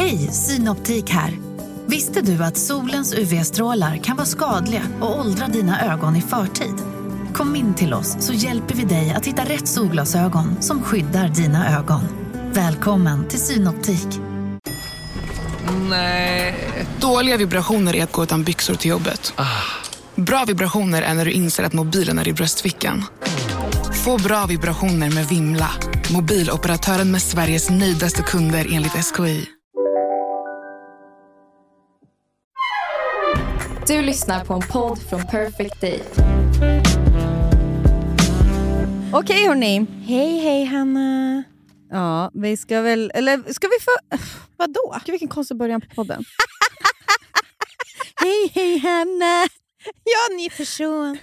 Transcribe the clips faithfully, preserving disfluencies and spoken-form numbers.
Hej, Synoptik här. Visste du att solens U V-strålar kan vara skadliga och åldra dina ögon i förtid? Kom in till oss så hjälper vi dig att hitta rätt solglasögon som skyddar dina ögon. Välkommen till Synoptik. Nej. Dåliga vibrationer är att gå utan byxor till jobbet. Bra vibrationer är när du inser att mobilen är i bröstfickan. Få bra vibrationer med Vimla. Mobiloperatören med Sveriges nöjdaste kunder enligt S K I. Du lyssnar på en podd från Perfect Day. Okej hörni. Hej, hej Hanna. Ja, vi ska väl... Eller ska vi få... Vadå? Ska vilken konstig början på podden. Hej, hej Hanna. Ja, ny person.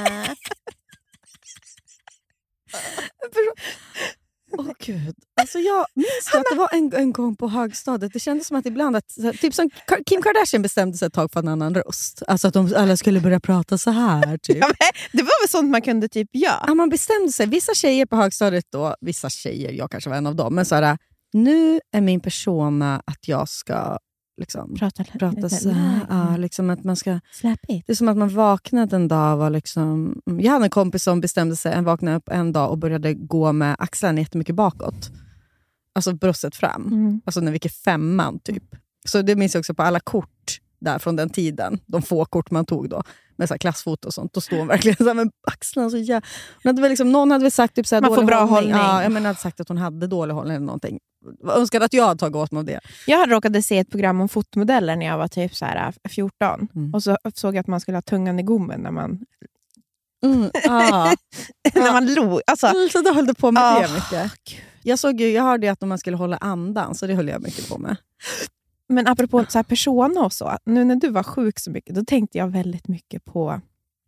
Åh oh, gud. Alltså jag minns att det var en, en gång på högstadiet. Det kändes som att ibland att, typ som Kim Kardashian bestämde sig ett tag för en annan röst. Alltså att de alla skulle börja prata så här typ. Ja, men det var väl sånt man kunde typ göra. Ja, man bestämde sig. Vissa tjejer på högstadiet då, vissa tjejer, jag kanske var en av dem, men så här, nu är min persona att jag ska liksom prata, prata så här, ja, liksom att man ska släpp it. Det är som att man vaknade en dag var liksom, jag hade en kompis som bestämde sig, en vaknade upp en dag och började gå med axlarna jättemycket bakåt. Alltså bröstet fram. Mm. Alltså när vi gick i femman typ. Så det minns jag också på alla kort där från den tiden. De få kort man tog då. Med så här klassfoto och sånt. Då stod hon verkligen så här med axlarna så jävla... Hon hade väl liksom, någon hade väl sagt typ så här, man får bra hållning. hållning. Ja, jag menar hade sagt att hon hade dålig hållning eller någonting. Jag önskade att jag hade tagit åt mig av det. Jag råkade se ett program om fotomodeller när jag var typ så här fjorton. Mm. Och så såg jag att man skulle ha tungan i gommen när man... Mm, ah. när man log. Alltså, så då höll du på med oh, det mycket. Jag såg ju, jag hörde att man skulle hålla andan, så det höll jag mycket på med. Men apropå så här persona och så, nu när du var sjuk så mycket, då tänkte jag väldigt mycket på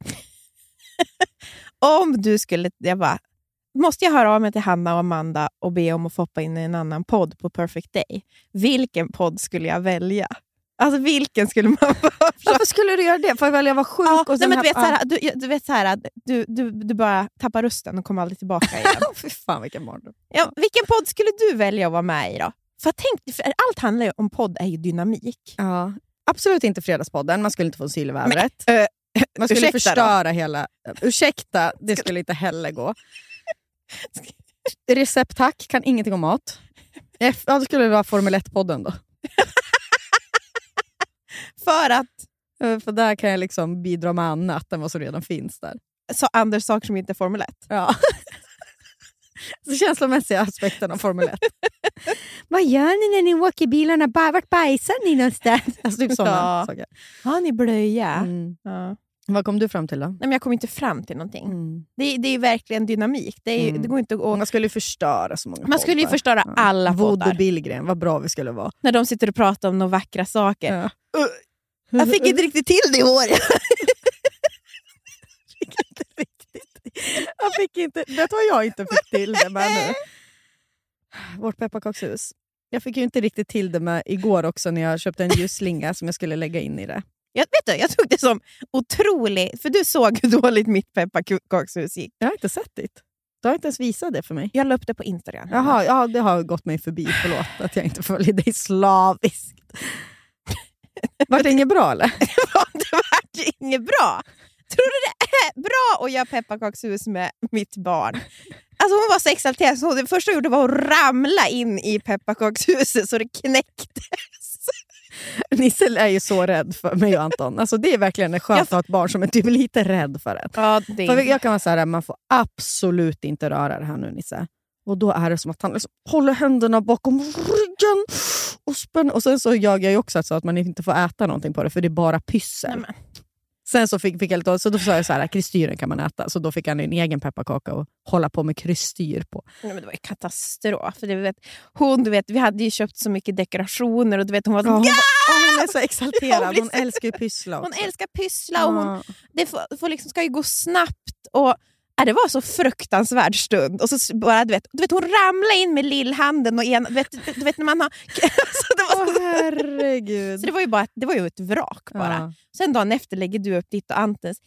om du skulle, jag bara, måste jag höra av mig till Hanna och Amanda och be om att få hoppa in i en annan podd på Perfect Day? Vilken podd skulle jag välja? Alltså vilken skulle man Varför skulle du göra det? För att jag var sjuk ja, och sen nej, men här, du vet så här, du, du vet så här, du du du bara tappar rösten och kommer aldrig tillbaka igen. Fy fan vilken mardröm. Ja, vilken podd skulle du välja att vara med i då? För tänk, för allt handlar ju om podd är ju dynamik. Ja, absolut inte Fredagspodden. Man skulle inte få en syl i vädret. Men, uh, man skulle ursäkta förstöra då? hela... Ursäkta, det skulle inte heller gå. Recept tack, kan ingenting om mat. F- ja, då skulle det vara Formel ett-podden då. För att? För där kan jag liksom bidra med annat än vad som redan finns där. Så andra saker som inte är Formel ett? Ja. Så känslomässiga aspekten av Formel ett. Vad gör ni när ni åker bilarna? Vart bajsar ni någonstans? Alltså typ sådana ja. saker. Har ni blöja? Mm. Ja. Vad kom du fram till då? Nej, men jag kom inte fram till någonting. Mm. Det, det är verkligen dynamik. Det, är, mm. det går inte att... Man skulle ju förstöra så många Man poddar. skulle ju förstöra ja. alla poddar. Voodoo Billgren, vad bra vi skulle vara. När de sitter och pratar om några vackra saker. Ja. Uh, jag fick inte riktigt till det i år. Jag fick inte riktigt. Jag fick inte... Vet du vad jag inte fick till det med nu? Vårt pepparkakshus. Jag fick ju inte riktigt till det med igår också när jag köpte en ljusslinga som jag skulle lägga in i det. Jag, vet du, jag tog det som otroligt, för du såg hur dåligt mitt pepparkakshus gick. Jag har inte sett det. Du har inte ens visat det för mig. Jag la upp det på Instagram. Jaha, ja, det har gått mig förbi. Förlåt att jag inte följer dig slaviskt. Var det inget bra eller? Det var inget bra. Tror du det är bra att göra pepparkakshus med mitt barn? Alltså hon var så exalterad så det första hon gjorde var att ramla in i pepparkakshuset så det knäcktes. Nisse är ju så rädd för mig och Anton. Alltså det är verkligen en skönt att ha ett barn som är typ lite rädd för det. Ja, det. För jag kan vara så här, man får absolut inte röra det här nu Nisse. Och då är det som att han liksom håller händerna bakom ryggen och spänner. Och sen så jagar jag ju också så att man inte får äta någonting på det för det är bara pyssel. Nej, sen så fick, fick jag lite, så då sa jag så här, kristyren kan man äta. Så då fick han en egen pepparkaka och hålla på med kristyr på. Nej, men det var ju katastrof. För det, vet, hon, du vet, vi hade ju köpt så mycket dekorationer och du vet, hon var så, ja, hon, ja! hon är så exalterad. Hon älskar ju pyssla också. Hon älskar pyssla och hon, det får, får liksom, ska ju gå snabbt och äh, det var så fruktansvärd stund och så bara du vet, du vet hon ramlade in med lillhanden och en, du vet, du vet när man har så det var oh, herregud. Så det var ju bara det var ju ett vrak bara. Ja. Sen dagen efter lägger du upp ditt och Antens.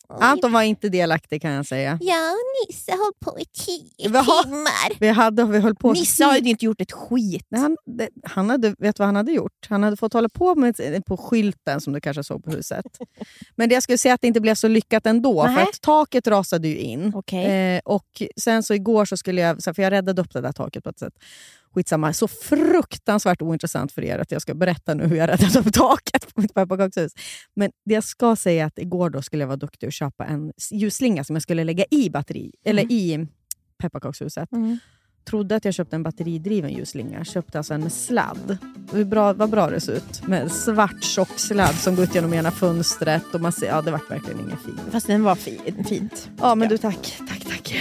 Anton var inte delaktig kan jag säga. Ja, Nisse höll på i tio Vi har- timmar. Vi hade vi höll på. Nisse har ju inte gjort ett skit. Nej, han, det, han hade, vet vad han hade gjort? Han hade fått hålla på med på skylten som du kanske såg på huset. Men det jag skulle säga att det inte blev så lyckat ändå. Nej. För att taket rasade ju in. Okej. Eh, och sen så igår så skulle jag, så för jag räddade upp det där taket på ett sätt. Skitsamma, så fruktansvärt ointressant för er att jag ska berätta nu hur jag räddade upp taket på mitt pepparkakshus. Men det jag ska säga är att igår då skulle jag vara duktig och köpa en ljusslinga som jag skulle lägga i batteri, eller i pepparkakshuset. Mm. Trodde att jag köpte en batteridriven ljusslinga. Köpte alltså en med sladd. Hur bra, vad bra det ser ut. Med svart tjock sladd som går ut genom ena fönstret. Och man ser, ja, det var verkligen ingen fin. Fast den var fin, fint. Ja, men du tack. Tack, tack.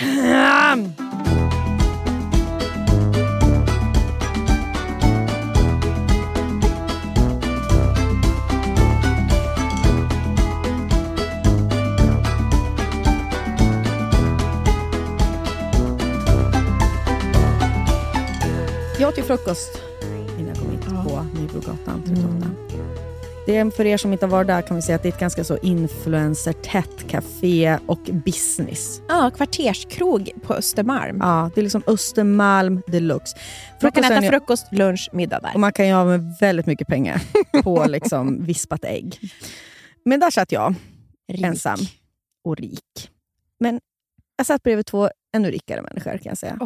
Jag åt ju frukost innan jag kom hit på Nybrogatan trettioåtta. Det är för er som inte har varit där kan vi säga att det är ett ganska så influencer-tätt café och business. Ja, kvarterskrog på Östermalm. Ja, det är liksom Östermalm deluxe. Man kan äta är- frukost, lunch, middag där. Och man kan ju ha med väldigt mycket pengar på liksom vispat ägg. Men där satt jag Rik. ensam och rik. Men jag satt bredvid två ännu rikare människor kan jag säga. Oh.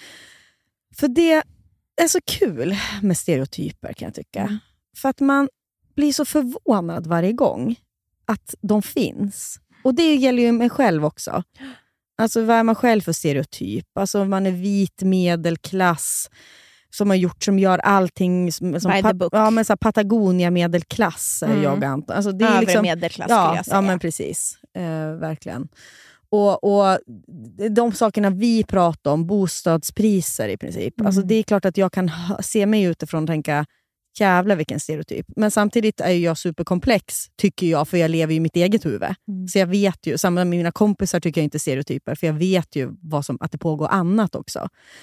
För det är så kul med stereotyper kan jag tycka. Mm. För att man blir så förvånad varje gång att de finns. Och det gäller ju mig själv också. Alltså vad är man själv för stereotyp? Alltså man är vit medelklass som har gjort som gör allting som, som By the book. ja men så här Patagonia medelklass är Mm. jag och Anton. Alltså det är Övre liksom medelklass skulle ja, jag säga. ja men precis. Eh, verkligen. Och, och de sakerna vi pratar om, bostadspriser i princip. Mm. Alltså det är klart att jag kan ha, se mig utifrån och tänka jävlar vilken stereotyp. Men samtidigt är ju jag superkomplex tycker jag för jag lever ju i mitt eget huvud. Mm. Så jag vet ju, samma med mina kompisar tycker jag inte stereotyper för jag vet ju vad som, att det pågår annat också.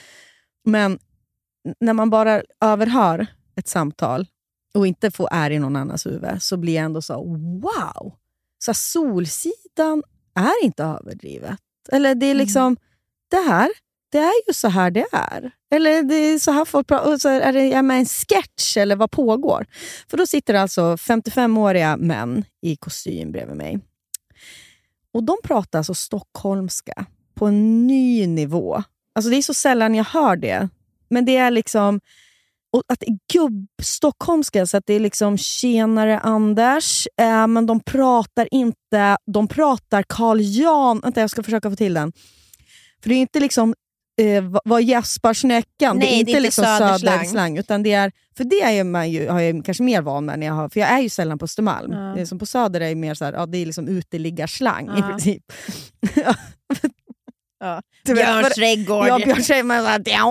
Men när man bara överhör ett samtal och inte får är i någon annans huvud så blir jag ändå så wow! Så Solsidan är inte överdrivet. Eller det är liksom det här, det är ju så här det är. Eller det är så här folk pratar, så är det är med en sketch eller vad pågår. För då sitter alltså femtiofemåriga män i kostym bredvid mig. Och de pratar alltså stockholmska på en ny nivå. Alltså det är så sällan jag hör det. Men det är liksom och att det är gubb-stockholmska så att det är liksom tjenare Anders eh, men de pratar inte de pratar Carl Jan vänta jag ska försöka få till den för det är inte liksom eh, vad, vad Jesper Snäckan det är Nej, inte, det är inte liksom söderslang. söderslang utan det är för det är ju man ju har jag kanske mer van med när jag har för jag är ju sällan på Östermalm Ja. det är som på Söder är mer så här ja det är liksom uteliggarslang Ja. i princip. Ja. Du vet, Björns för- trädgård. Ja, Björn säger man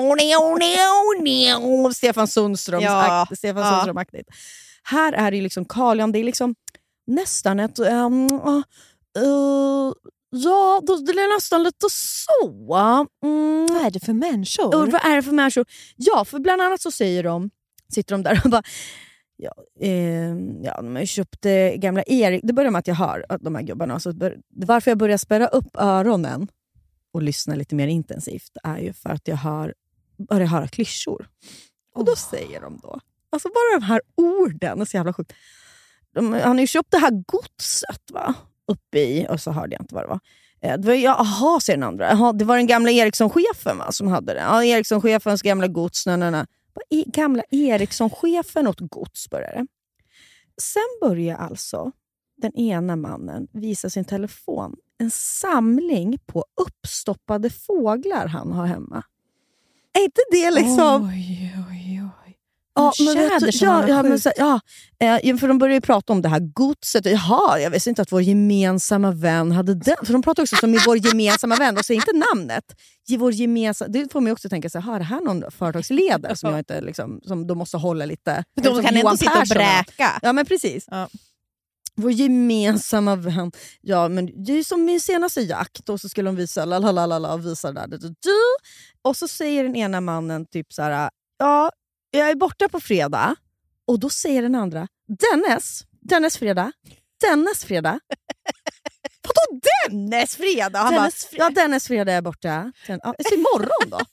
såhär Stefan Sundström Ja. akt, Stefan Ja. Sundström aktigt. Här är det liksom Carl Jan, det är liksom nästan ett um, uh, uh, ja, det är nästan lite så. Mm, Vad är det för människor? och vad är det för människor? Ja, för bland annat så säger de sitter de där och bara ja, eh, ja, de har ju köpt eh, gamla Erik. Det börjar med att jag hör att de här gubbarna så bör, varför jag börjar spärra upp öronen och lyssna lite mer intensivt är ju för att jag hör, börjar höra klyschor. Och då Oh. säger de då, alltså bara de här orden är så jävla sjukt. De, han har ju köpt det här godset va? Uppe i, och så hörde jag inte vad det var. Eh, det var ju, aha, säger den andra. Aha, det var den gamla Ericsson-chefen va, som hade det. Ja, Ericsson-chefens gamla gods. Nej, nej, nej. I, gamla Ericsson-chefen åt gods började. Sen börjar alltså den ena mannen visa sin telefon en samling på uppstoppade fåglar han har hemma. Är inte det liksom... Oj, oj, oj. Ja, men vet Tjäder du, som han ja, har ja, men skjutit. så, ja, eh, för de började ju prata om det här godset. Jaha, jag visste inte att vår gemensamma vän hade den. För de pratar också som i vår gemensamma vän. Och säger inte namnet. I vår gemensamma, det får man ju också tänka sig, har det här någon företagsledare som jag inte liksom, som de måste hålla lite... De som kan ändå Johan sitta och Persson har. bräka. Ja, men precis. Ja. Vår gemensamma vän. Ja, men det är som min senaste jakt. Och så skulle de visa lalalala och visa det där. Och så säger den ena mannen typ så här: ja, jag är borta på fredag. Och då säger den andra: Dennis, Dennis fredag. Dennis fredag. Vadå Dennis fredag? Han Dennis bara, ja Dennis fredag är borta. Den, ja, så imorgon då?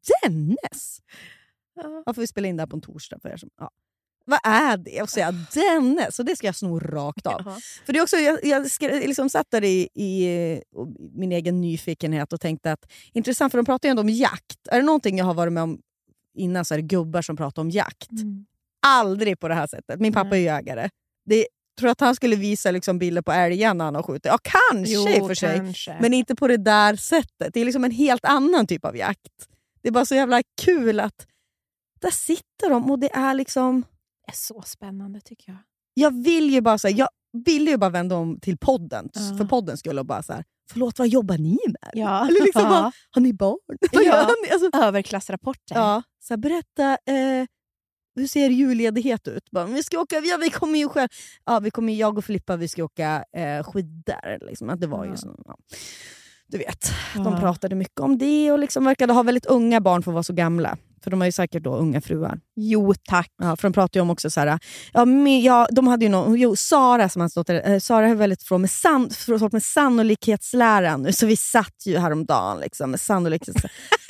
Dennis? Ja. Varför vi spela in det här på en torsdag för er som, ja. Vad är det? Och säga Dennis. Så det ska jag sno rakt av. Jaha. För det är också, jag, jag ska, liksom satt där i, i min egen nyfikenhet och tänkte att intressant, för de pratar ju ändå om jakt. Är det någonting jag har varit med om innan så är det gubbar som pratar om jakt. Mm. Aldrig på det här sättet. Min pappa är jägare. Det tror att han skulle visa liksom bilder på älgen när han har skjutit. Ja, kanske jo, för sig. Kanske. Men inte på det där sättet. Det är liksom en helt annan typ av jakt. Det är bara så jävla kul att där sitter de och det är liksom... Det är så spännande tycker jag. Jag vill ju bara så här, jag vill ju bara vända om till podden. Ja. För podden skulle bara så här, förlåt, vad jobbar ni med? Ja. Eller liksom, ja. Bara, har ni barn? Ja. Ni? Alltså, överklassrapporter. Ja, så här, berätta... Eh, hur ser julledighet ut? Bara, vi ska åka, ja, vi kommer ju själv. Ja, vi kommer, jag och Filippa, vi ska åka eh, skidor. Liksom. Att det var ja. ju så, ja. Du vet, ja. De pratade mycket om det och liksom verkade ha väldigt unga barn för att vara så gamla. För de har ju säkert då unga fruar. Jo, tack. Ja, för de pratade ju om också så här, ja, men, ja, de hade ju någon, jo, Sara som han stått där, eh, Sara är väldigt från med, san, från med sannolikhetsläran nu, så vi satt ju häromdagen liksom med sannolikhetsläran.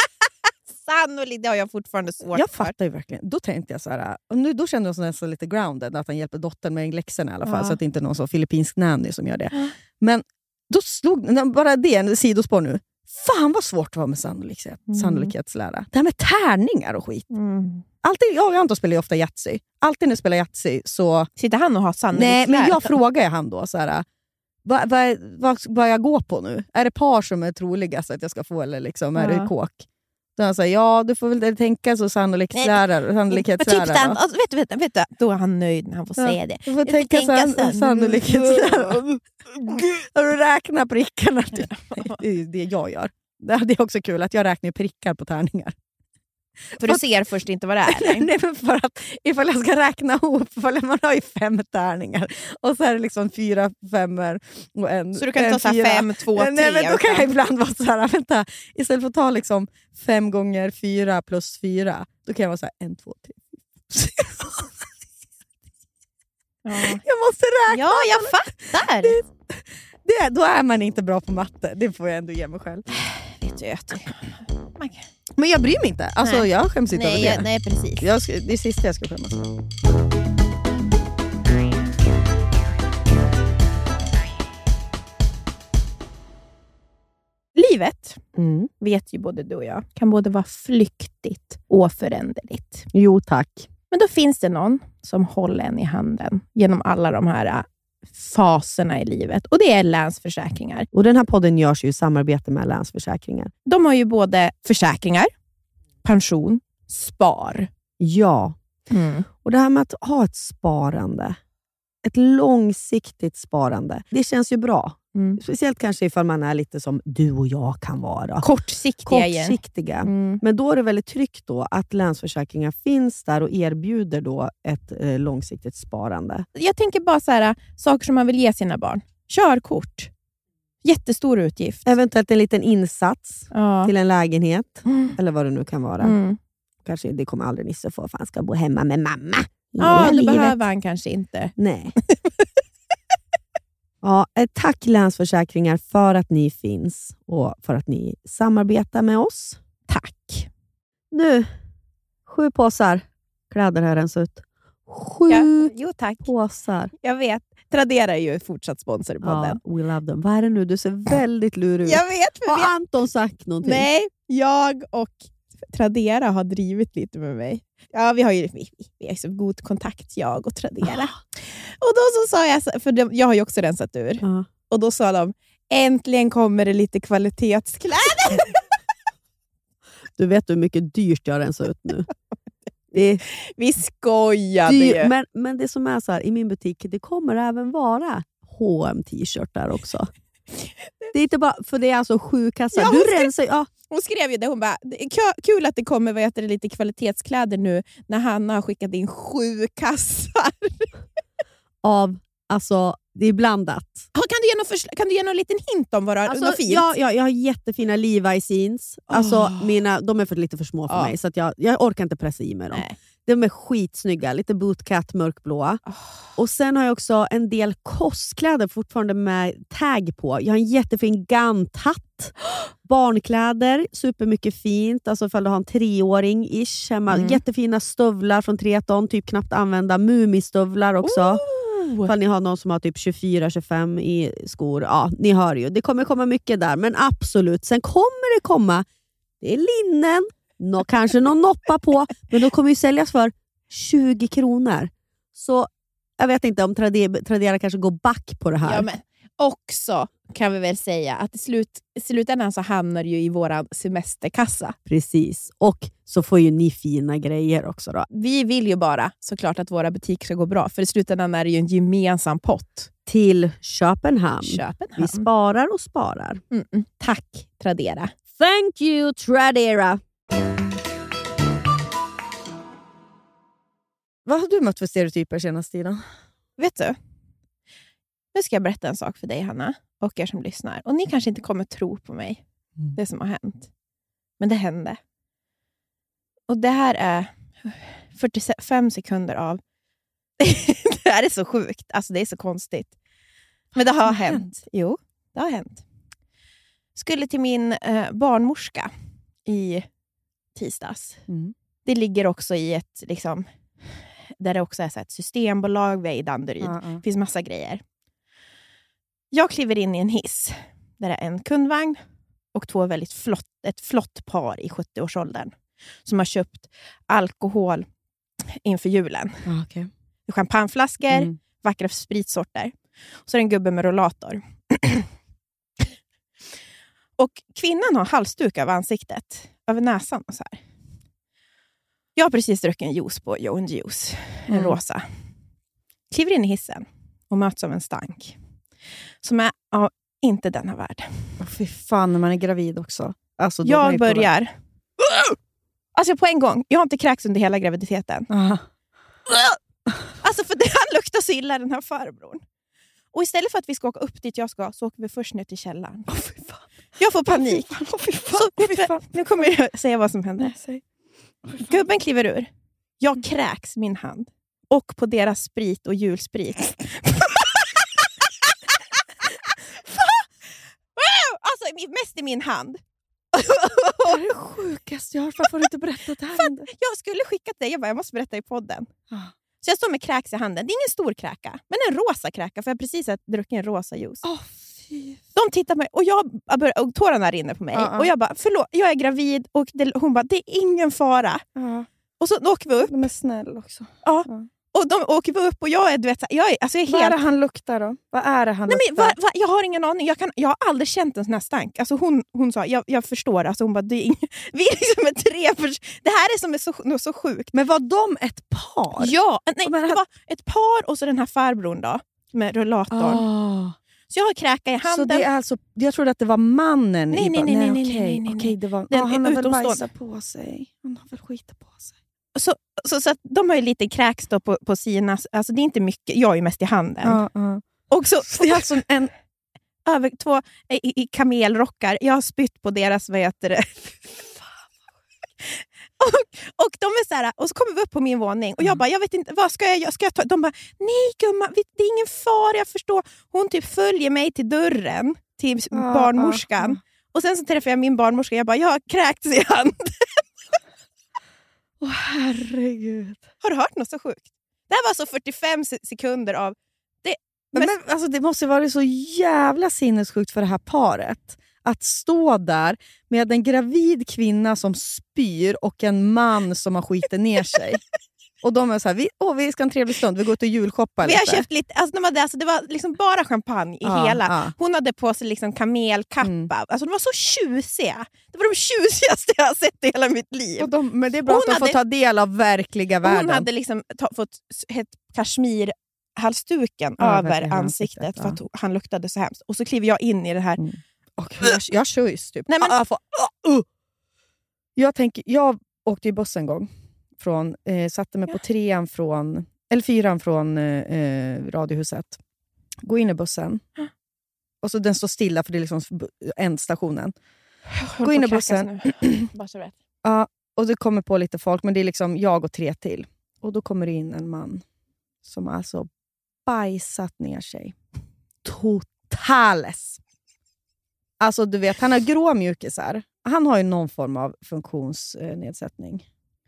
Sannolikt, det har jag fortfarande svårt Jag för. fattar ju verkligen. Då tänkte jag så här, och nu, då kände jag nästan lite grounded att han hjälper dottern med läxorna i alla fall, ja. Så att det inte är någon så filippinsk nanny som gör det. Ja. Men då slog, bara det, en sidospår nu. Fan vad svårt det var med sannolikhet, mm. sannolikhetslära. Det här med tärningar och skit. Mm. Alltid, jag och Anton spelar ju ofta Yatzy. Alltid när jag spelar Yatzy så... Sitter han och har sannolikhetslära? Nej, men jag frågar han då så här... Vad, vad, vad, vad jag går på nu? Är det par som är troligast att jag ska få, eller liksom, är ja. det kåk? Då han säger, ja du får väl tänka så sannolikhetslärare. Sannolikhetslärare typ den, alltså, vet, du, vet, du, vet du, då är han nöjd när han får ja. säga det. Du får tänka, tänka san, sannolikhetslärare. Har du räknat prickarna? Det är det jag gör. Det är också kul att jag räknar prickar på tärningar. För du ser först inte vad det är. Nej, men för att ifall jag ska räkna ihop, för man har ju fem tärningar och så är det liksom fyra femmer och en. Så du kan ta så här fem, två, tre. Nej, men då kan jag ibland vara så här, vänta, istället för att ta liksom fem gånger fyra plus fyra, då kan jag vara så här, en, två, tre. Ja. Jag måste räkna. Ja, jag fattar. Det, det, då är man inte bra på matte. Det får jag ändå ge mig själv. Vet du, vet du. Men jag bryr mig inte. Alltså, nej. Jag skäms inte nej, över det. Jag, nej, precis. Jag ska, det är sista jag ska skämmas. Livet, mm. vet ju både du och jag, kan både vara flyktigt och föränderligt. Jo, tack. Men då finns det någon som håller en i handen genom alla de här faserna i livet. Och det är Länsförsäkringar. Och den här podden görs ju i samarbete med Länsförsäkringar. De har ju både försäkringar, pension, spar. Ja. Mm. Och det här med att ha ett sparande. Ett långsiktigt sparande. Det känns ju bra. Mm. Speciellt kanske ifall man är lite som du och jag kan vara. Kortsiktiga. Kortsiktiga. Mm. Men då är det väldigt tryggt då att Länsförsäkringar finns där och erbjuder då ett eh, långsiktigt sparande. Jag tänker bara så här, saker som man vill ge sina barn. Körkort. Jättestor utgift. Eventuellt en liten insats ja. till en lägenhet. Mm. Eller vad det nu kan vara. Mm. Kanske det kommer aldrig Nisse få för han ska bo hemma med mamma. Ja, det behöver han kanske inte. Nej. Ja, tack Länsförsäkringar för att ni finns och för att ni samarbetar med oss. Tack. Nu, sju påsar kläder här ens ut. Sju ja, jo, tack. påsar. Jag vet. Tradera är ju fortsatt sponsor i podden. Ja, we love them. Vad är det nu? Du ser väldigt lurig ut. Jag vet. Har jag... Anton sagt någonting? Nej, jag och Tradera har drivit lite med mig. Ja, vi har ju vi, vi har så god kontakt, jag och Tradera. Oh. Och då så sa jag, för de, jag har ju också rensat ur. Oh. Och då sa de, äntligen kommer det lite kvalitetskläder. Du vet hur mycket dyrt jag rensar ut nu. Det vi skojade dyr, ju. Men, men det som är så här, i min butik, det kommer även vara H och M t-shirtar också. Det är inte bara, för det är alltså sju kassar. Ja, du skrev, rensar, ja. Hon skrev ju det, hon bara, det är kul att det kommer vad heter det, lite kvalitetskläder nu när Hanna har skickat in sju kassar. Av, alltså, det är blandat. Kan du ge någon, försl- kan du ge någon liten hint om vad du har alltså, något fint? Ja, ja, jag har jättefina Levi's jeans. Alltså, oh. mina, de är för lite för små för oh. mig, så att jag, jag orkar inte pressa i mig dem. Nej. De är skitsnygga, lite bootcut, mörkblåa. Oh. Och sen har jag också en del kostkläder fortfarande med tag på. Jag har en jättefin ganthatt. Barnkläder, supermycket fint. Alltså ifall du har en treåring-ish hemma. Mm. Jättefina stövlar från Treton, typ knappt använda. Mumistövlar också. Oh. Ifall ni har någon som har typ tjugofyra tjugofem i skor. Ja, ni hör ju. Det kommer komma mycket där, men absolut. Sen kommer det komma, det är linnen. Nå, kanske någon noppa på, men de kommer ju säljas för tjugo kronor. Så jag vet inte om Tradera, Tradera kanske går back på det här. Ja, men också kan vi väl säga att i, slut, i slutändan så hamnar det ju i våran semesterkassa. Precis, och så får ju ni fina grejer också då. Vi vill ju bara såklart att våra butiker ska gå bra, för i slutändan är det ju en gemensam pott. Till Köpenhamn. Köpenhamn. Vi sparar och sparar. Mm-mm. Tack Tradera. Thank you Tradera. Vad har du mött för stereotyper senaste tiden? Vet du? Nu ska jag berätta en sak för dig, Hanna, och er som lyssnar. Och ni kanske inte kommer tro på mig, mm. det som har hänt. Men det hände. Och det här är fyrtiofem sekunder av... det här är så sjukt. Alltså det är så konstigt. Men det har hänt. hänt. Jo, det har hänt. Skulle till min eh, barnmorska i tisdags. Mm. Det ligger också i ett... liksom där det också är så ett systembolag vid i Danderyd. Uh-uh. Det finns massa grejer. Jag kliver in i en hiss. Där det är en kundvagn och två väldigt flott, ett flott par i sjuttio-årsåldern. Som har köpt alkohol inför julen. Uh, okay. Champagneflaskor, mm. vackra spritsorter. Och så är det en gubbe med rollator. Och kvinnan har halsduk över ansiktet. Över näsan och så här. Jag har precis druckit en juice på Joe Juice. En mm. rosa. Kliver in i hissen. Och möts av en stank. Som är ja, inte denna värld. Oh, fy fan, när man är gravid också. Alltså, jag börjar. På alltså på en gång. Jag har inte kräkts under hela graviditeten. Uh-huh. Alltså för det, han luktar så illa, den här farbrorn. Och istället för att vi ska åka upp dit jag ska, så åker vi först ner till källaren. Oh, fy fan. Jag får panik. Oh, fy fan. Oh, fy fan. Så, oh, fy fan. Nu kommer jag säga vad som händer. Nej, säg. Gubben kliver ur. Jag kräks min hand. Och på deras sprit och julsprit. Alltså mest i min hand. Det är det sjukaste jag har. Varför har du inte berättat det här? Jag skulle skicka det. Jag bara, jag måste berätta i podden. Ah. Så jag står med kräks i handen. Det är ingen stor kräka. Men en rosa kräka. För jag har precis druckit en rosa juice. Oh, fy. De tittar på mig. Och, jag börjar, och tårarna rinner på mig. Uh-uh. Och jag bara, förlåt. Jag är gravid. Och det, hon bara, det är ingen fara. Uh-huh. Och så åker vi upp. De är snäll också. Ja. Uh-huh. Och de åker vi upp och jag är, du vet, jag är, alltså jag är vad helt... är det han luktar då? Vad är det han Nej, luktar? Men, va, va, jag har ingen aning. Jag, kan, jag har aldrig känt en sån här stank. Alltså hon, hon sa, jag, jag förstår. Alltså hon bara, det är ing... vi är liksom ett tre... För... Det här är som är så, något så sjukt. Men var de ett par? Ja, nej, det var ett par och så den här farbrorn då. Med rullatorn. Oh. Så jag har kräka i handen. Så det är alltså, jag trodde att det var mannen. Nej, i nej, nej, nej, nej, okej, nej, nej, nej. okej, det var... Den, oh, han har väl utomstående. bajsat på sig. Han har väl skitat på sig. Så, så, så att de har ju lite kräks då på, på sina... Alltså det är inte mycket. Jag är ju mest i handen. Uh, uh. Och så, det är alltså en... Över två i, i kamelrockar. Jag har spytt på deras, vad heter det? och, och de är så här, och så kommer vi upp på min våning. Och jag bara, jag vet inte, vad ska jag göra? Ska jag ta? De bara, nej gumma, det är ingen fara, jag förstår. Hon typ följer mig till dörren. Till uh, barnmorskan. Uh, uh. Och sen så träffar jag min barnmorska. Jag bara, jag har kräkts i handen. Åh oh, herregud. Har du hört något så sjukt? Det här var så fyrtiofem sekunder av... Det, men, men, alltså, det måste vara så jävla sinnessjukt för det här paret. Att stå där med en gravid kvinna som spyr och en man som har skiten ner sig. Och de är så här, vi, åh, vi ska en trevlig stund, vi går ut och julshoppa lite. Vi har köpt lite, alltså, de hade, alltså, det var liksom bara champagne i ja, hela. Ja. Hon hade på sig liksom kamelkappa. Mm. Alltså de var så tjusiga. Det var de tjusigaste jag har sett i hela mitt liv. Och de, men det är bra hon att de hade, får ta del av verkliga världen. Hon hade liksom ta, fått ett kashmirhalsduken ja, över ansiktet för att ja. Han luktade så hemskt. Och så kliver jag in i det här. Mm. Och jag, jag körs typ. Nej, men, ah, för, uh, uh. Jag tänker, jag åkte i buss en gång. Från, eh, satte mig ja. på trean från, eller fyran från eh, radiohuset. Gå in i bussen. Mm. Och så den står stilla för det är liksom ändstationen. Gå in i bussen. Bara så rätt. Ja, och det kommer på lite folk, men det är liksom jag och tre till. Och då kommer det in en man som alltså bajsat ner sig. Totales. Alltså du vet, han har grå mjukisar. Han har ju någon form av funktionsnedsättning.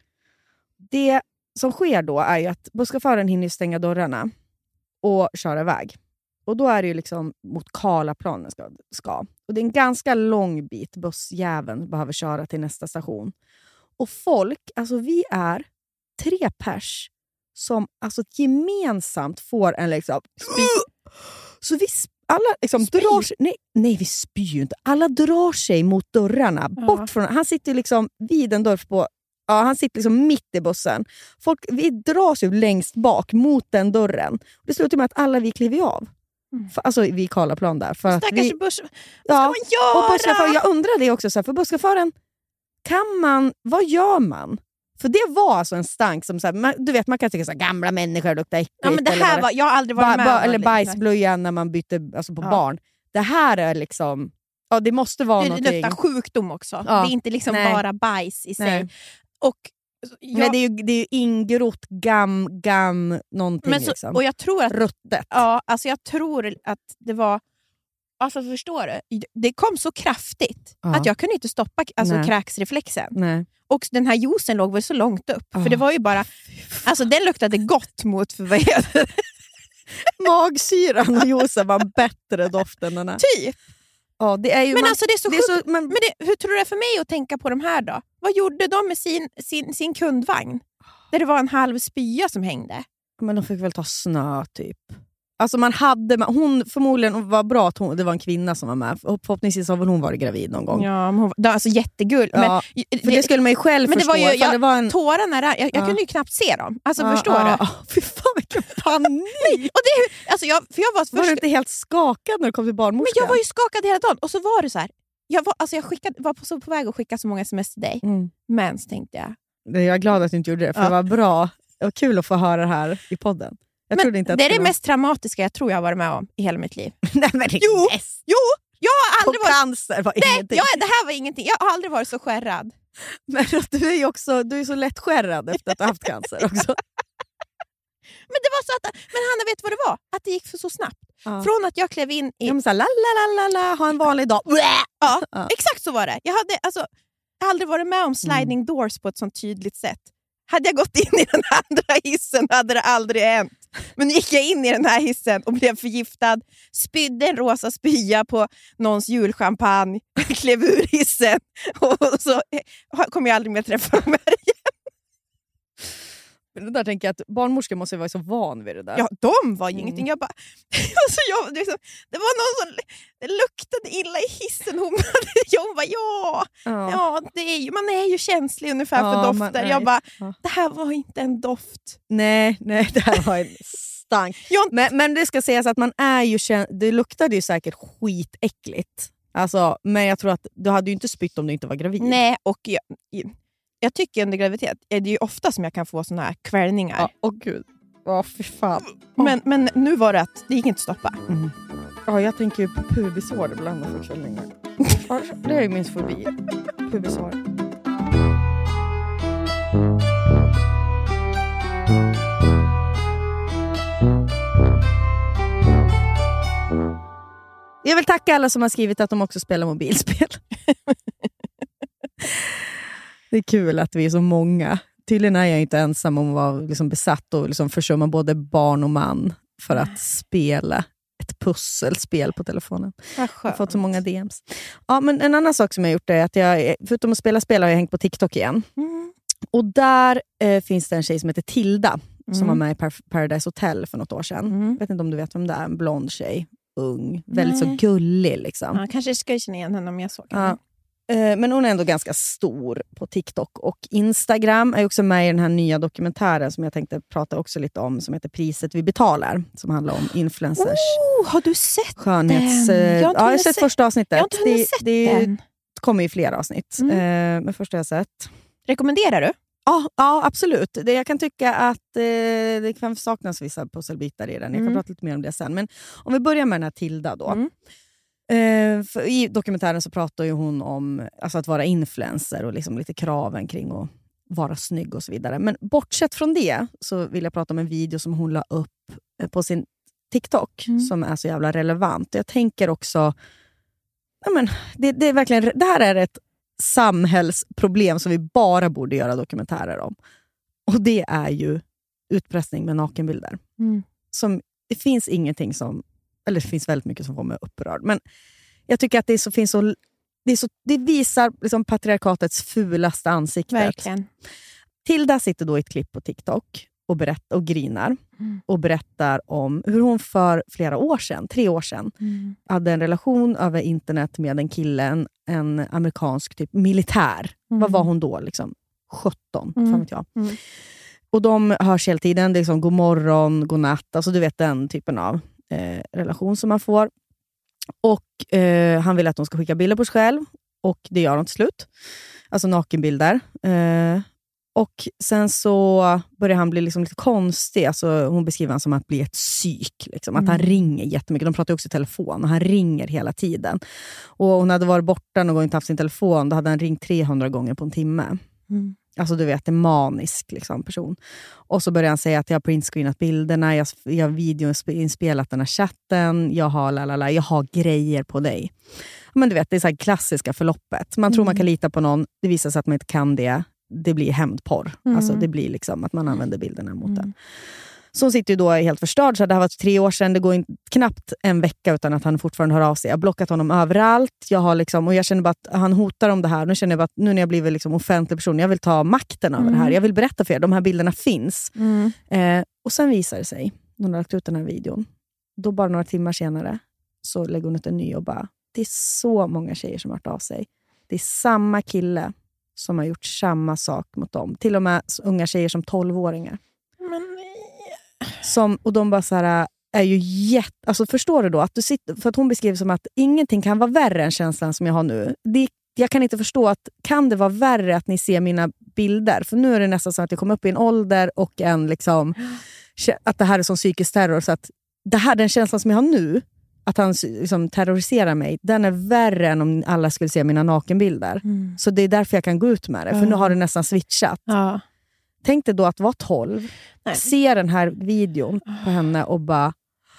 Det som sker då är ju att busschauffören hinner stänga dörrarna och köra iväg. Och då är det ju liksom mot Karlaplanen ska, ska. Och det är en ganska lång bit bussjäveln behöver köra till nästa station. Och folk, alltså vi är tre pers som alltså gemensamt får en liksom spy. Så vi alla liksom drar sig, nej, nej vi spyr ju inte. Alla drar sig mot dörrarna ja. Bort från, han sitter liksom vid en dörr på, ja han sitter liksom mitt i bussen. Folk, vi dras ju längst bak mot den dörren. Det slutar med att alla vi kliver av. Mm. För, alltså vi Karlaplan där för stackars att vi, buss. Vad ska ja, man göra? Och busschaufför, jag undrar det också så här, för busschauffören kan man, vad gör man? För det var alltså en stank som så här, man, du vet man kan tycka så här, gamla människor luktar äckligt. Ja men det här var, jag har aldrig varit ba, med ba, om eller det. bajsblöja när man byter alltså på ja. barn. Det här är liksom, ja det måste vara det någonting. Det luktar sjukdom också. Ja. Det är inte liksom Nej. bara bajs i sig. Nej. Och jag, Nej, det är ju det är ju ingrott gam gam någonting men så, liksom. Och jag tror att ruttet. Ja, alltså jag tror att det var alltså förstår du? Det kom så kraftigt ja. Att jag kunde inte stoppa alltså Nej. kräksreflexen. Nej. Och den här juicen låg väl så långt upp. Oh. För det var ju bara... Alltså den luktade gott mot för vad heter magsyran och juicen var bättre doften än den här. Typ. Ja, det är ju men man, alltså det är så, det är så man, men det, hur tror du det är för mig att tänka på de här då? Vad gjorde de med sin, sin, sin kundvagn? Där det var en halv spya som hängde. Men de fick väl ta snö typ. Alltså man hade, hon förmodligen var bra att hon, det var en kvinna som var med. Förhoppningsvis har väl hon varit gravid någon gång. Ja, men hon, det var alltså jättegull. Ja, men, för det, det skulle man ju själv men förstå. Det var ju, jag, det var en... tårarna där, jag, jag ja. kunde ju knappt se dem. Alltså ja, förstår ja, du? Ja, fy fan vilken panik. Och det, alltså jag, för jag var, först... var du inte helt skakad när du kom till barnmorskan? Men jag var ju skakad hela dagen. Och så var det så här. Jag var, alltså jag skickade, var på, så på väg att skicka så många sms till dig. Mm. Men så tänkte jag. Jag är glad att du inte gjorde det. För ja. det var bra och kul att få höra det här i podden. Jag men inte att det är det var... mest traumatiska jag tror jag har varit med om i hela mitt liv. Nej, men det jo, mest. jo, jag har aldrig varit... cancer var Nej, ingenting. Jag, det här var ingenting. Jag har aldrig varit så skärrad. Men du är ju också, du är så lätt skärrad efter att du har haft cancer också. Men det var så att, men Hanna vet vad det var? Att det gick för så snabbt. Ja. Från att jag klev in i... Ja, men så här, la, la, la, la, ha en vanlig dag. Ja, ja, exakt så var det. Jag hade alltså, jag hade aldrig varit med om sliding mm. doors på ett sånt tydligt sätt. Hade jag gått in i den andra hissen hade det aldrig hänt. Men nu gick jag in i den här hissen och blev förgiftad. Spydde en rosa spya på någons julchampagne. Klev ur hissen. Och så kom jag aldrig mer träffa dem här igen. Men det där tänker jag att barnmorskor måste vara så van vid det där. Ja, de var ju mm. ingenting. Jag bara, alltså jag, det, det var någon som det luktade illa i hissen. Hon, jag bara, ja, ja. ja det är ju, man är ju känslig ungefär ja, för dofter. Man, jag bara, ja. det här var inte en doft. Nej, nej det här var en stank. jag, men, men det ska sägas att man är ju, det luktade ju säkert skitäckligt. Alltså, men jag tror att du hade ju inte spytt om du inte var gravid. Nej, och jag... Jag tycker under graviditet är det ju ofta som jag kan få såna här kvällningar. Ja, åh gud. Ja, fy fan. Men, men nu var det att det gick inte att stoppa. Mm. Ja, jag tänker ju på pubisår ibland och få kvällningar. Det är ju min fobi. Pubisår. Jag vill tacka alla som har skrivit att de också spelar mobilspel. Det är kul att vi är så många. Tydligen är jag inte ensam om att vara liksom besatt och liksom försumma både barn och man för att spela ett pusselspel på telefonen. Jag har fått så många D Ms. Ja, men en annan sak som jag har gjort är att jag, förutom att spela spel har jag hängt på TikTok igen. Mm. Och där eh, finns det en tjej som heter Tilda mm. som var med i Par- Paradise Hotel för något år sedan. Mm. Jag vet inte om du vet vem det är. En blond tjej. Ung. Väldigt Nej. så gullig liksom. Ja, kanske ska jag känna igen henne om jag såg henne. Ja. Men hon är ändå ganska stor på TikTok och Instagram. Är också med i den här nya dokumentären som jag tänkte prata också lite om, som heter Priset vi betalar, som handlar om influencers. Oh, har du sett skönhets, den? Jag har, ja, jag har sett första avsnittet. Jag har inte hunnit sett det, det den. kommer ju flera avsnitt. Mm. Eh, men första har jag sett. Rekommenderar du? Ja, ja absolut. Det, jag kan tycka att eh, det kan saknas vissa pusselbitar i den. Jag kan mm. prata lite mer om det sen. Men om vi börjar med den här Tilda då. Mm. Uh, för i dokumentären så pratar ju hon om alltså att vara influencer och liksom lite kraven kring att vara snygg och så vidare. Men bortsett från det så vill jag prata om en video som hon la upp på sin TikTok mm. som är så jävla relevant. Jag tänker också ja, men, det, det, är verkligen, det här är ett samhällsproblem som vi bara borde göra dokumentärer om. Och det är ju utpressning med nakenbilder. Mm. Som, det finns ingenting som, eller det finns väldigt mycket som får mig upprörd. Men jag tycker att det, så, finns så, det, är så, det visar liksom patriarkatets fulaste ansikte. Verkligen. Tilda sitter då i ett klipp på TikTok och, berätt, och grinar. Mm. Och berättar om hur hon för flera år sedan, tre år sedan, mm. hade en relation över internet med en kille, en, en amerikansk typ militär. Mm. Vad var hon då? Liksom? sjutton, mm. fan vet jag. Mm. Och de hörs hela tiden, det är liksom god morgon, god natt, alltså du vet den typen av eh, relation som man får. Och eh, han vill att de ska skicka bilder på sig själv, och det gör de till slut. Alltså nakenbilder. Eh, och sen så börjar han bli liksom lite konstig, alltså hon beskriver han som att bli ett psyk, liksom. Att mm. han ringer jättemycket, de pratar också i telefon och han ringer hela tiden. Och hon hade varit borta någon gång och inte haft sin telefon, då hade han ringt trehundra gånger på en timme. Mm. Alltså du vet, en manisk liksom, person. Och så börjar han säga att jag har printscreenat bilderna, jag, jag har videoinspelat den här chatten, jag har, lalala, jag har grejer på dig. Men du vet, det är så här klassiska förloppet. Man tror mm. man kan lita på någon, det visar sig att man inte kan det. Det blir hämndporr. Mm. Alltså det blir liksom att man använder bilderna mot mm. den. Så hon sitter ju då helt förstörd, så det här var tre år sedan, det går in, knappt en vecka utan att han fortfarande hör av sig. Jag har blockat honom överallt, jag har liksom, och jag känner bara att han hotar om det här. Nu känner jag bara att nu när jag blivit liksom offentlig person, jag vill ta makten över mm. det här. Jag vill berätta för er, de här bilderna finns. Mm. Eh, och sen visar det sig, när hon har lagt ut den här videon, då bara några timmar senare så lägger hon ut en ny och bara, det är så många tjejer som har hört av sig. Det är samma kille som har gjort samma sak mot dem. Till och med unga tjejer som tolvåringar. Men som, och de bara så här är ju jätte, alltså förstår du då att du sitter, för att hon beskriver som att ingenting kan vara värre än känslan som jag har nu. Det, jag kan inte förstå att kan det vara värre att ni ser mina bilder, för nu är det nästan så att jag kommer upp i en ålder och en liksom att det här är som psykisk terror, så att det här, den känslan som jag har nu, att han liksom terroriserar mig, den är värre än om alla skulle se mina nakenbilder. Mm. Så det är därför jag kan gå ut med det, för mm. nu har det nästan switchat. Ja. Tänk dig då att vara tolv, Nej. se den här videon på henne och bara,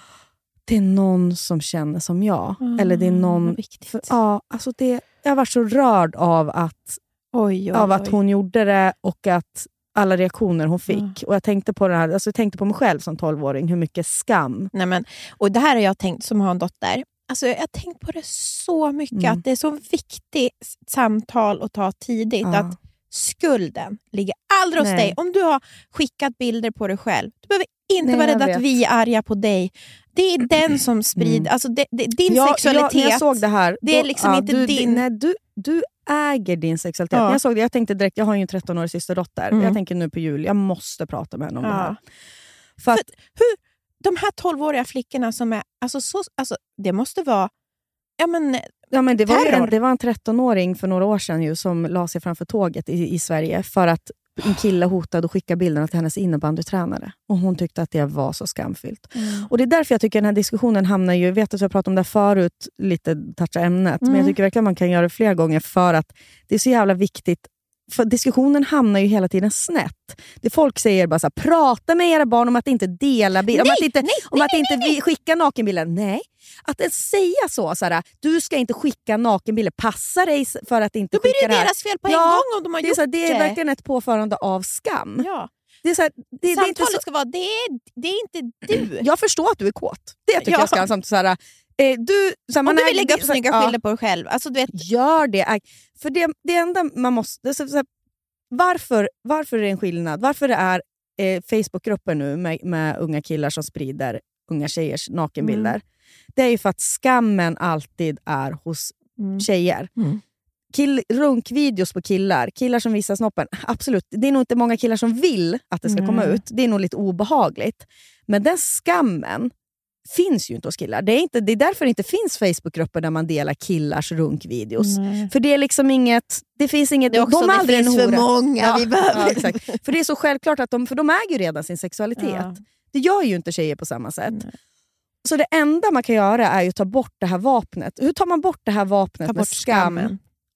det är någon som känner som jag. Mm, eller det är någon, för, ja, alltså det, jag var så rörd av att, oj, oj, av att hon gjorde det och att alla reaktioner hon fick. Mm. Och jag tänkte på det här, alltså jag tänkte på mig själv som tolvåring, hur mycket skam. Nej, men, och det här har jag tänkt som har en dotter. Alltså jag har tänkt på det så mycket, mm. att det är så viktigt samtal att ta tidigt, ja. Att skulden ligger aldrig hos Nej. dig. Om du har skickat bilder på dig själv, du behöver inte Nej, vara rädd att vi är arga på dig. Det är den som sprider, mm. alltså det, det, din ja, sexualitet. Jag, jag såg det här. Det är liksom ja, inte du, din. Nej, du, du äger din sexualitet. Ja. Jag såg det, jag tänkte direkt, jag har ju en tretton-årig systerdotter. Mm. Jag tänker nu på jul, jag måste prata med henne om ja. det här. För, att, För hur, de här tolvåriga flickorna som är, alltså, så, alltså det måste vara, ja men Ja, men det, var en, det var en tretton-åring för några år sedan ju, som la sig framför tåget i, i Sverige för att en kille hotade att skicka bilderna till hennes innebandytränare. Och hon tyckte att det var så skamfyllt. Mm. Och det är därför jag tycker den här diskussionen hamnar ju, jag vet att jag pratade om det förut, lite toucha ämnet, mm. men jag tycker verkligen man kan göra det flera gånger för att det är så jävla viktigt. För diskussionen hamnar ju hela tiden snett. Det folk säger bara så här, prata med era barn om att inte dela bilder, om att inte, nej, om nej, att nej, inte nej. skicka nakenbilder. Nej, att säga så, så här, du ska inte skicka nakenbilder, passa dig för att inte då blir skicka det det här. Deras fel på en ja, gång om de har det gjort är så här, det. är verkligen ett påförande av skam. Ja. Det är så här, det, det är inte så... ska vara, det är, det är inte du. Jag förstår att du är kåt. Det tycker ja. jag ska samt så här, eh, du, så här, man om du vill är, lägga upp snygga ja. bilder på dig själv, alltså du vet. Gör det. För det, det enda man måste så, så här, Varför, varför är det en skillnad? Varför det är eh, Facebookgrupper nu med, med unga killar som sprider unga tjejers nakenbilder? Mm. Det är ju för att skammen alltid är hos mm. tjejer. Mm. Kill, runkvideos på killar. Killar som visar snoppen. Absolut, det är nog inte många killar som vill att det ska mm. komma ut. Det är nog lite obehagligt. Men den skammen finns ju inte hos killar. Det är, inte, det är därför det inte finns Facebookgrupper där man delar killars runkvideos. Mm. För det är liksom inget, det finns inget, det är också, de är det finns en för många. Ja, vi behöver. Ja, exakt. För det är så självklart att de, för de äger ju redan sin sexualitet. Ja. Det gör ju inte tjejer på samma sätt. Mm. Så det enda man kan göra är ju att ta bort det här vapnet. Hur tar man bort det här vapnet ta med skam skammen.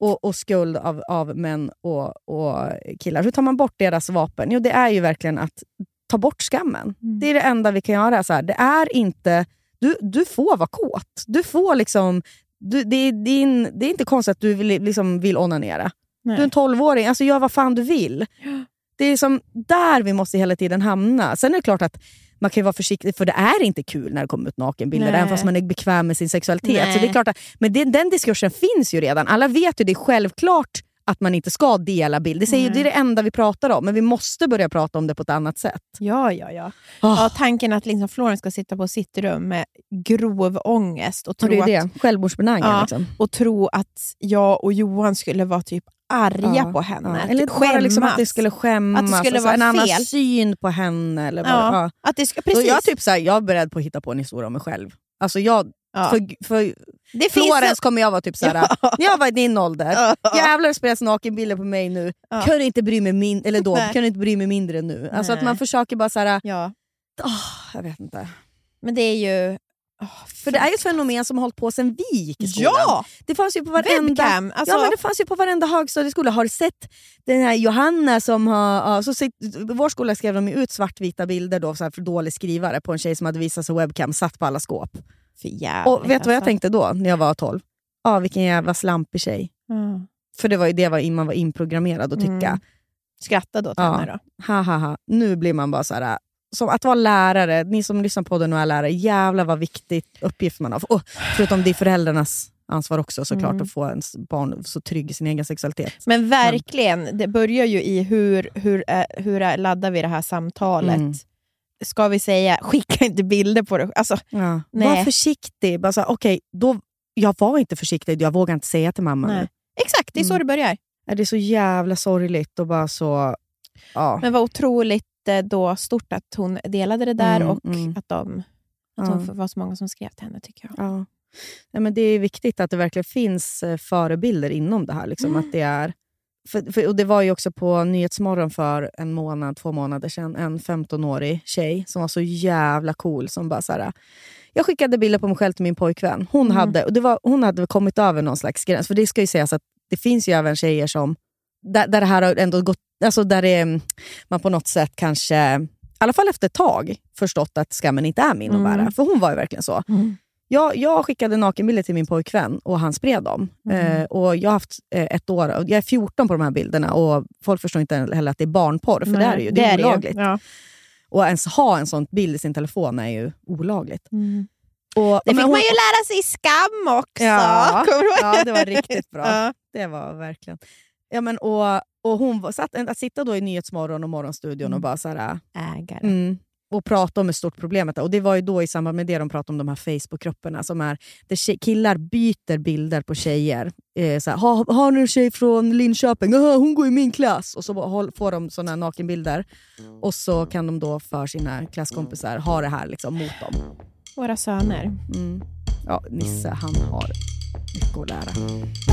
och, och skuld av, av män och, och killar. Hur tar man bort deras vapen? Jo, det är ju verkligen att ta bort skammen. Mm. Det är det enda vi kan göra. Så här. Det är inte... Du, du får vara kåt. Du får liksom... Du, det, det, är in, det är inte konstigt att du vill, liksom, vill onanera. Nej. Du är en tolvåring. Alltså gör vad fan du vill. Ja. Det är som där vi måste hela tiden hamna. Sen är det klart att man kan ju vara försiktig, för det är inte kul när det kommer ut nakenbilder, även fast man är bekväm med sin sexualitet. Nej. Så det är klart att, men det, den diskursen finns ju redan. Alla vet ju det är självklart att man inte ska dela bild. Det, säger, det är det enda vi pratar om, men vi måste börja prata om det på ett annat sätt. Ja, ja, ja. Oh. Ja, tanken att liksom Florence ska sitta på sitt rum med grov ångest och tro och det är det. Att, självmordsbenägen, ja, liksom. Och tro att jag och Johan skulle vara typ arga ja, på henne. Ja. Eller bara liksom att det skulle skämmas. Att det skulle alltså, vara en fel. annan syn på henne. Eller bara, ja. Ja. Att det ska, precis. Jag, typ, så här, jag är beredd på att hitta på en historia om mig själv. Alltså jag... Ja. För, för det Florence finns... kommer jag vara typ såhär, ja. Jag var i din ålder. Ja. Jävlar spelas nakenbilder på mig nu. Ja. Kunde inte bry mig min eller då kunde inte bry mig mindre nu. Nej. Alltså att man försöker bara såhär, ja. Oh, jag vet inte. Men det är ju oh, för det är ju ett fenomen som har hållit på sen vi gick i skolan. Ja! Det fanns ju på varenda Webcam, alltså... Ja, men det fanns ju på varenda högstadieskola. Har du sett den här Johanna som har så sitt, vår skola skrev de ut svartvita bilder då så här för dålig skrivare på en tjej som hade visat sig webcam satt på alla skåp. För jävligt, och vet du alltså. vad jag tänkte då när jag var tolv? Ja, ah, vilken jävla slampig tjej. Mm. För det var ju det var man var inprogrammerad att tycka. Mm. Skratta då till ja. henne då. Ha, ha, ha. Nu blir man bara så här. Som att vara lärare, ni som lyssnar på den och är lärare, jävla vad viktigt uppgift man har. Och förutom det är föräldrarnas ansvar också såklart mm. att få ens barn så trygg i sin egen sexualitet. Men verkligen, Men. det börjar ju i hur, hur, hur laddar vi det här samtalet. Mm. Ska vi säga, skicka inte bilder på det. Alltså, ja. Var försiktig. Bara så, okej, då, jag var inte försiktig. Jag vågar inte säga till mamma Nej. nu. Exakt, det är så mm. det börjar. Det är så jävla sorgligt. Och bara så, ja. Men vad otroligt då stort att hon delade det där. Mm, och mm. att, de, att ja. hon var så många som skrev till henne, tycker jag. Ja. Ja, men det är viktigt att det verkligen finns förebilder inom det här. Liksom, mm. att det är... För, för, och det var ju också på Nyhetsmorgon för en månad, två månader sedan, en femtonårig tjej som var så jävla cool som bara såhär, jag skickade bilder på mig själv till min pojkvän. Hon mm. hade, och det var, hon hade kommit över någon slags gräns, för det ska ju sägas att det finns ju även tjejer som där, där det här har ändå gått, alltså där det, man på något sätt kanske, i alla fall efter ett tag, förstått att skammen inte är min mm. att bära, för hon var ju verkligen så. Mm. Jag, jag skickade nakenbilder till min pojkvän och han spred dem. Mm. Eh, och jag har haft eh, ett år, och jag är fjorton på de här bilderna och folk förstår inte heller att det är barnporr, för Nej, det är det ju, det, det är olagligt. Ja. Och ens ha en sån bild i sin telefon är ju olagligt. Mm. Och, det fick hon, man ju lära sig i Skam också. Ja, ja det var riktigt bra. Ja. Det var verkligen. Ja, men, och, och hon var, satt, att sitta då i Nyhetsmorgon och Morgonstudion mm. och bara så här, ägare. Mm, och prata om ett stort problemet. Och det var ju då i samband med det de pratade om de här Facebookgrupperna som är där tjej, killar byter bilder på tjejer. Eh, så här, har, har ni en tjej från Linköping? Aha, hon går i min klass. Och så håll, får de såna nakenbilder. Och så kan de då för sina klasskompisar ha det här liksom mot dem. Våra söner. Mm. Ja, Nisse, han har mycket att lära.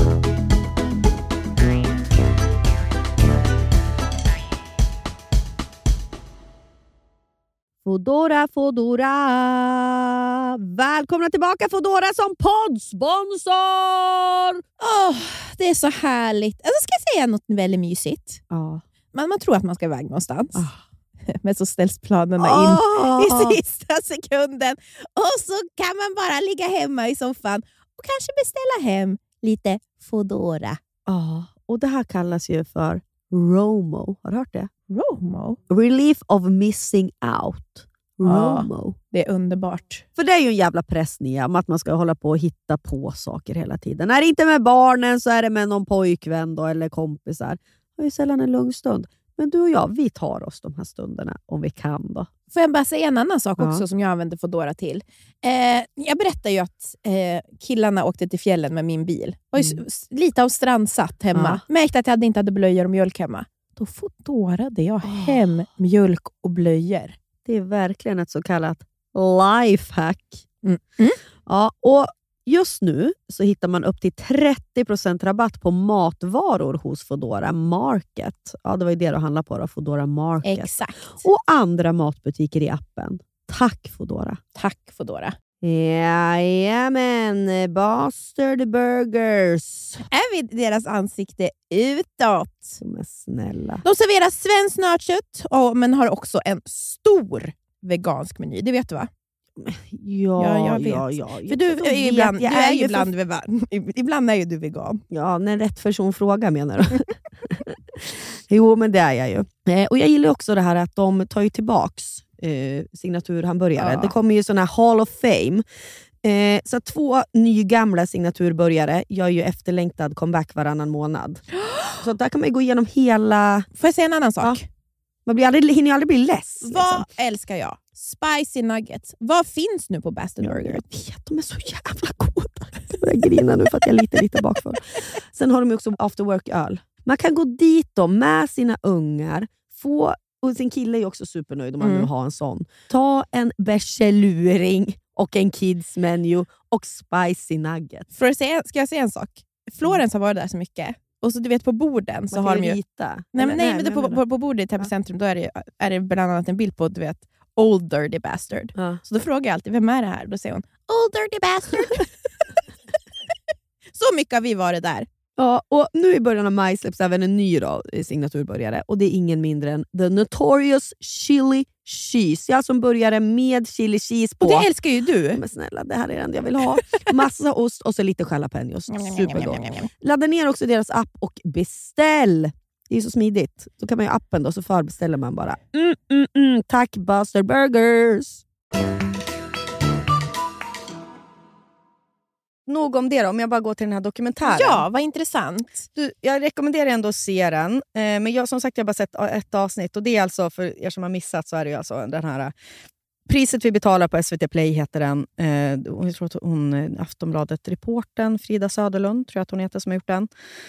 Foodora, Foodora. Välkomna tillbaka Foodora som poddsponsor. Oh, det är så härligt. Alltså, ska jag säga något väldigt mysigt? Ja. Man, man tror att man ska iväg någonstans. Oh. Men så ställs planerna in oh. i sista sekunden. Och så kan man bara ligga hemma i soffan och kanske beställa hem lite Foodora. Ja, och det här kallas ju för ROMO. Har du hört det? ROMO? Relief of missing out. ROMO. Ja, det är underbart. För det är ju en jävla press ner om att man ska hålla på och hitta på saker hela tiden. Är det inte med barnen så är det med någon pojkvän då, eller kompisar. Det är ju sällan en lugn stund. Men du och jag, vi tar oss de här stunderna om vi kan då. Får jag bara säga en annan sak också ja. som jag använder Foodora till. Eh, jag berättade ju att eh, killarna åkte till fjällen med min bil. Var ju mm. lite av strandsatt hemma. Ja. Märkte att jag inte hade blöjor och mjölk hemma. Då Foodorade jag oh. hem mjölk och blöjor. Det är verkligen ett så kallat lifehack. Mm. Mm. Ja, och just nu så hittar man upp till trettio procent rabatt på matvaror hos Foodora Market. Ja, det var ju det du handlade på då, Foodora Market. Exakt. Och andra matbutiker i appen. Tack Foodora. Tack Foodora. Jajamän, Bastard Burgers. Är vi deras ansikte utåt? Men snälla. De serverar svenskt nötkött, oh, men har också en stor vegansk meny. Det vet du va? Ja, ja, jag vet. ja, ja. För du, jag är ibland, vet, du är, är ju ibland, för... vegan. Ibland är ju du vegan. Ja, när rätt person frågar menar du. Jo, men det är jag ju. Eh, och jag gillar också det här att de tar ju tillbaks eh, signaturhamburgare. Ja. Det kommer ju såna här Hall of Fame. Eh, så två nygamla signaturburgare gör ju efterlängtad comeback varannan månad. Så där kan man ju gå igenom hela... Får jag säga en annan sak? Ja. Man blir aldrig, hinner ju aldrig bli less. Vad liksom. älskar jag? Spicy nuggets. Vad finns nu på Bastard Burger? Jag vet, de är så jävla goda. Jag börjar grina nu för att jag är lite, lite bakfull. Sen har de också after work-öl. Man kan gå dit då med sina ungar. Få, och sin kille är ju också supernöjd om man mm. nu har en sån. Ta en bärseluring och en kids menu och spicy nuggets. För att säga, ska jag säga en sak? Florens har varit där så mycket. Och så du vet på borden så man har de ju... rita. Nej, men, nej, nej, men nej, på, på, på bordet i Täby centrum då är det, är det bland annat en bild på, du vet, Old Dirty Bastard. Ja. Så då frågar jag alltid, vem är det här? Då säger hon, Old Dirty Bastard. Så mycket har vi varit där. Ja, och nu i början av maj släpps även en ny då, signaturbörjare. Och det är ingen mindre än The Notorious Chili Cheese. Jag som började med chili cheese på. Och det älskar ju du. Men snälla, det här är det enda jag vill ha. Massa ost och så lite jalapenos. Supergott. Ladda ner också deras app och beställ. Det är så smidigt. Så kan man ju appen då, så förbeställer man bara. Mm, mm, mm. Tack Bastard Burgers. Nog om det då, om jag bara går till den här dokumentären. Ja, vad intressant. Du, jag rekommenderar ändå att se den. Eh, men jag, som sagt, jag har bara sett ett avsnitt. Och det är alltså, för er som har missat, så är det ju alltså den här... Priset vi betalar på S V T Play heter den. Eh, jag tror att hon, Aftonbladet-reporten Frida Söderlund, tror jag att hon heter, som har gjort den.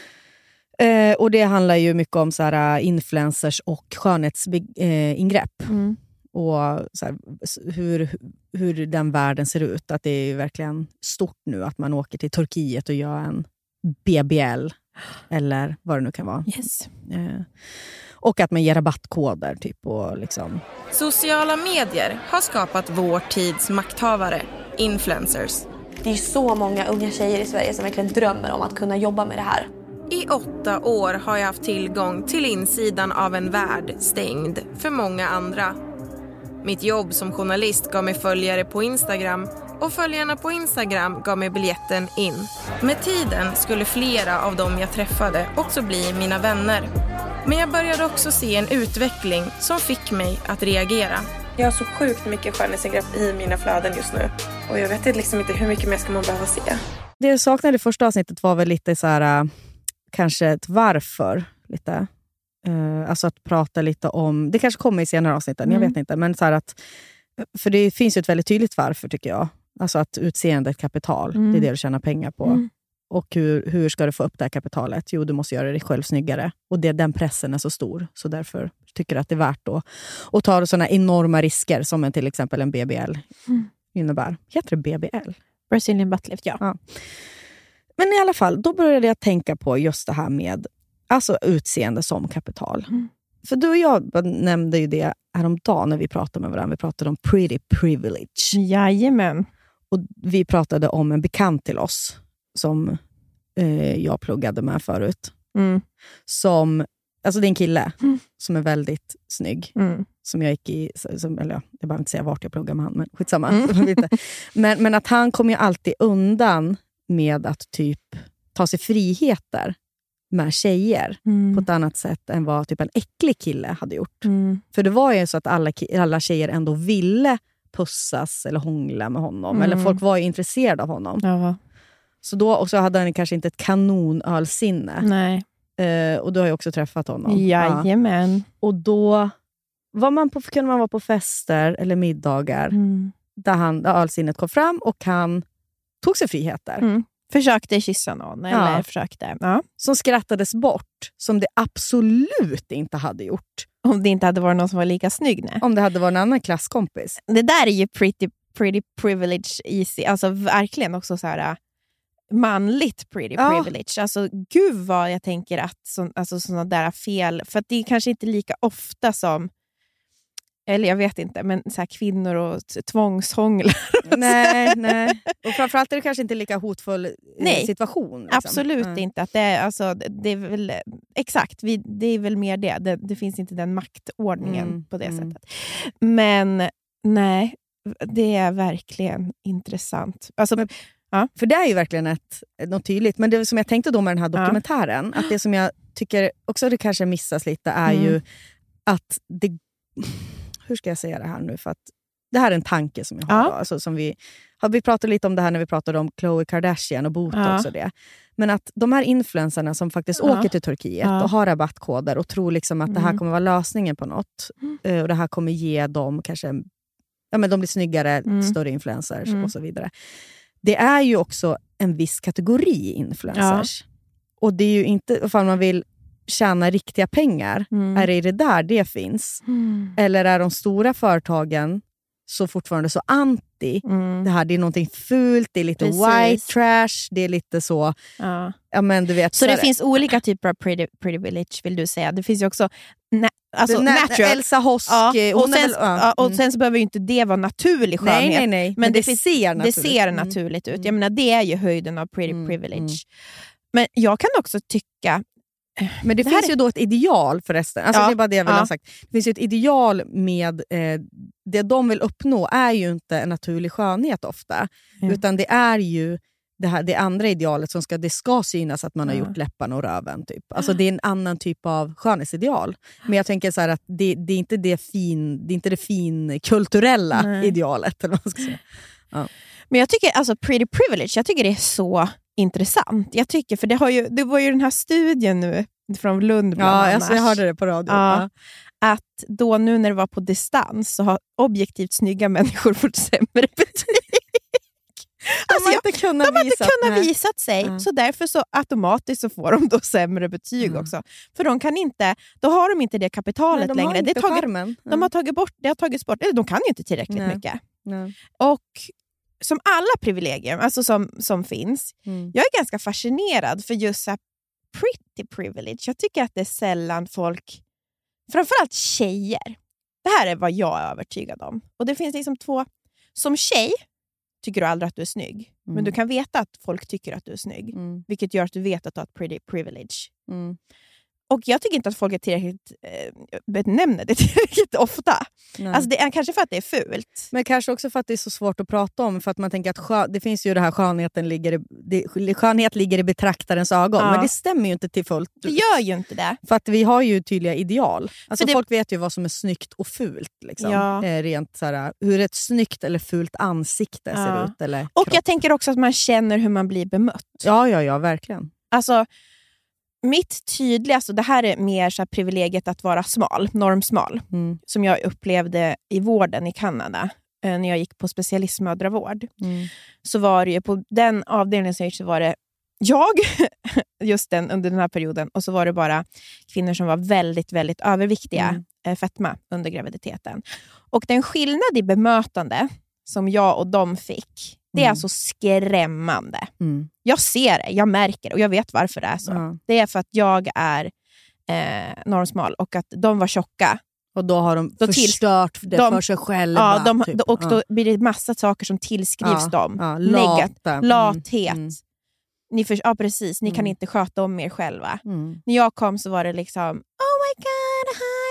Eh, och det handlar ju mycket om så här, influencers och skönhetsingrepp. Eh, mm. Och så här, hur, hur den världen ser ut. Att det är verkligen stort nu att man åker till Turkiet och gör en B B L. Eller vad det nu kan vara. Yes. Eh, och att man ger rabattkoder. Typ, och liksom. Sociala medier har skapat vår tids makthavare, influencers. Det är så många unga tjejer i Sverige som verkligen drömmer om att kunna jobba med det här. I åtta år har jag haft tillgång till insidan av en värld stängd för många andra. Mitt jobb som journalist gav mig följare på Instagram och följarna på Instagram gav mig biljetten in. Med tiden skulle flera av dem jag träffade också bli mina vänner. Men jag började också se en utveckling som fick mig att reagera. Jag har så sjukt mycket skönhetsingrepp i mina flöden just nu. Och jag vet liksom inte hur mycket mer ska man behöva se. Det jag saknade i första avsnittet var väl lite så här, kanske ett varför. Lite. Uh, alltså att prata lite om, det kanske kommer i senare avsnitten, mm. jag vet inte, men så här att, för det finns ju ett väldigt tydligt varför tycker jag, alltså att utseende ett kapital, mm. det är det du tjänar pengar på, mm. och hur, hur ska du få upp det här kapitalet? Jo, du måste göra dig själv snyggare, och det, den pressen är så stor, så därför tycker jag att det är värt då att ta sådana enorma risker som en, till exempel en B B L mm. innebär. Heter det B B L? Brazilian butt lift, ja. ja. Men i alla fall, då började jag tänka på just det här med alltså utseende som kapital. Mm. För du och jag nämnde ju det häromdagen när vi pratade med varandra. Vi pratade om pretty privilege. Jajamän. Och vi pratade om en bekant till oss som eh, jag pluggade med förut. Mm. Som, alltså det är en kille mm. som är väldigt snygg. Mm. Som jag gick i, som, eller jag behöver inte säga vart jag pluggade med han, men skitsamma. Mm. men, men att han kom ju alltid undan med att typ ta sig friheter med tjejer mm. på ett annat sätt än vad typ en äcklig kille hade gjort. Mm. För det var ju så att alla, alla tjejer ändå ville pussas eller hångla med honom. Mm. Eller folk var ju intresserade av honom. Jaha. Så då också hade han kanske inte ett kanonölsinne. Nej. Uh, och du har ju också träffat honom. Jajamän. Ja. Och då var man på, kunde man vara på fester eller middagar mm. där, han, där ölsinnet kom fram och han tog sig friheter. Mm. Försökte kyssa någon. Eller ja. försökte. Ja. Som skrattades bort. Som det absolut inte hade gjort. Om det inte hade varit någon som var lika snygg. Nej. Om det hade varit en annan klasskompis. Det där är ju pretty, pretty privilege easy. Alltså verkligen också så här manligt pretty ja. privilege. Alltså gud vad jag tänker att så, alltså, sådana där fel. För att det är kanske inte lika ofta som eller jag vet inte, men så här kvinnor och tvångshånglar. nej, nej. Och framförallt är det kanske inte lika hotfull nej, situation. Liksom. Absolut mm. inte. Att det, är, alltså, det är väl, exakt, vi, det är väl mer det. Det, det finns inte den maktordningen mm. på det mm. sättet. Men nej, det är verkligen intressant. Alltså, men, ja. För det är ju verkligen ett, något tydligt. Men det som jag tänkte då med den här dokumentären, ja. att det som jag tycker också det kanske missas lite är mm. ju att det... Hur ska jag säga det här nu? För att det här är en tanke som jag har. Ja. Alltså, som vi, har vi pratat lite om det här när vi pratade om Khloe Kardashian och botox ja. och det. Men att de här influencerna som faktiskt ja. åker till Turkiet ja. och har rabattkoder och tror liksom att mm. det här kommer vara lösningen på något. Mm. Och det här kommer ge dem kanske... Ja, men de blir snyggare, mm. större influencers mm. och så vidare. Det är ju också en viss kategori influencers. Ja. Och det är ju inte... Ifall man vill tjäna riktiga pengar. Mm. Är det det där det finns? Mm. Eller är de stora företagen så fortfarande så anti mm. det här? Det är någonting fult, det är lite Precis. white trash, det är lite så... Ja. Ja, men du vet, så, så det där. finns olika typer av pretty, pretty village, vill du säga. Det finns ju också na- alltså na- natural. Elsa Hosk. Ja. Och, sen, väl, ja. och sen så behöver ju inte det vara naturlig skönhet. Nej, nej, nej. Men, men det, det, finns, ser det ser naturligt mm. ut. Jag menar, det är ju höjden av pretty mm. privilege. Mm. Men jag kan också tycka... Men det, det finns är... ju då ett ideal förresten. Alltså ja, det är bara det jag vill ja. ha sagt. Det finns ju ett ideal med eh, det de vill uppnå är ju inte en naturlig skönhet ofta. Mm. Utan det är ju det, här, det andra idealet som ska, det ska synas att man har mm. gjort läpparna och röven. Typ. Alltså det är en annan typ av skönhetsideal. Men jag tänker så här att det, det är inte det fin, det är inte det fin kulturella mm. idealet. Eller vad man ska säga. Ja. Men jag tycker, alltså pretty privilege, jag tycker det är så intressant. Jag tycker, för det, har ju, det var ju den här studien nu från Lund bland ja, annat. Alltså jag hörde det på radio. Ja, ja. Att då nu när det var på distans så har objektivt snygga människor fått sämre betyg. De alltså har inte kunnat, de har inte kunnat nej. visat sig, mm. så därför så automatiskt så får de då sämre betyg mm. också. För de kan inte, då har de inte det kapitalet nej, de längre. Har inte det, tagit, mm. de har tagit bort, det har tagits bort, eller de kan ju inte tillräckligt nej. mycket. Nej. Och som alla privilegium alltså som, som finns, mm. jag är ganska fascinerad för just så här pretty privilege. Jag tycker att det är sällan folk, framförallt tjejer, det här är vad jag är övertygad om. Och det finns liksom två, som tjej tycker du aldrig att du är snygg. Mm. Men du kan veta att folk tycker att du är snygg. Mm. Vilket gör att du vet att du har ett pretty privilege. Mm. Och jag tycker inte att folk är tillräckligt eh, benämner det tillräckligt ofta. Nej. Alltså det är kanske för att det är fult. Men kanske också för att det är så svårt att prata om. För att man tänker att skön, det finns ju det här skönheten ligger i, det, skönhet ligger i betraktarens ögon. Ja. Men det stämmer ju inte till fullt. Det gör ju inte det. För att vi har ju tydliga ideal. Alltså det... folk vet ju vad som är snyggt och fult. Liksom. Ja. Eh, rent såhär, hur ett snyggt eller fult ansikte ja. ser ut. Eller och kropp. Jag tänker också att man känner hur man blir bemött. Ja, ja, ja, verkligen. Alltså... Mitt tydligaste, det här är mer så här privilegiet att vara smal, normsmal. Mm. Som jag upplevde i vården i Kanada. Eh, när jag gick på specialistmödravård. Mm. Så var det ju på den avdelningen som jag gick så var det jag, just den under den här perioden. Och så var det bara kvinnor som var väldigt, väldigt överviktiga. Mm. Eh, fetma under graviditeten. Och den skillnad i bemötande som jag och de fick. Det är mm. alltså skrämmande. Mm. Jag ser det, jag märker det och jag vet varför det är så. Mm. Det är för att jag är eh, normsmal och att de var tjocka. Och då har de då förstört till, det de, för sig själva. Ja, de, typ. Och då ja. blir det massa saker som tillskrivs ja, dem. Ja, Negat, mm. Lathet. Mm. Ni för, ja, precis. Ni mm. kan inte sköta om er själva. Mm. När jag kom så var det liksom oh my god, hi.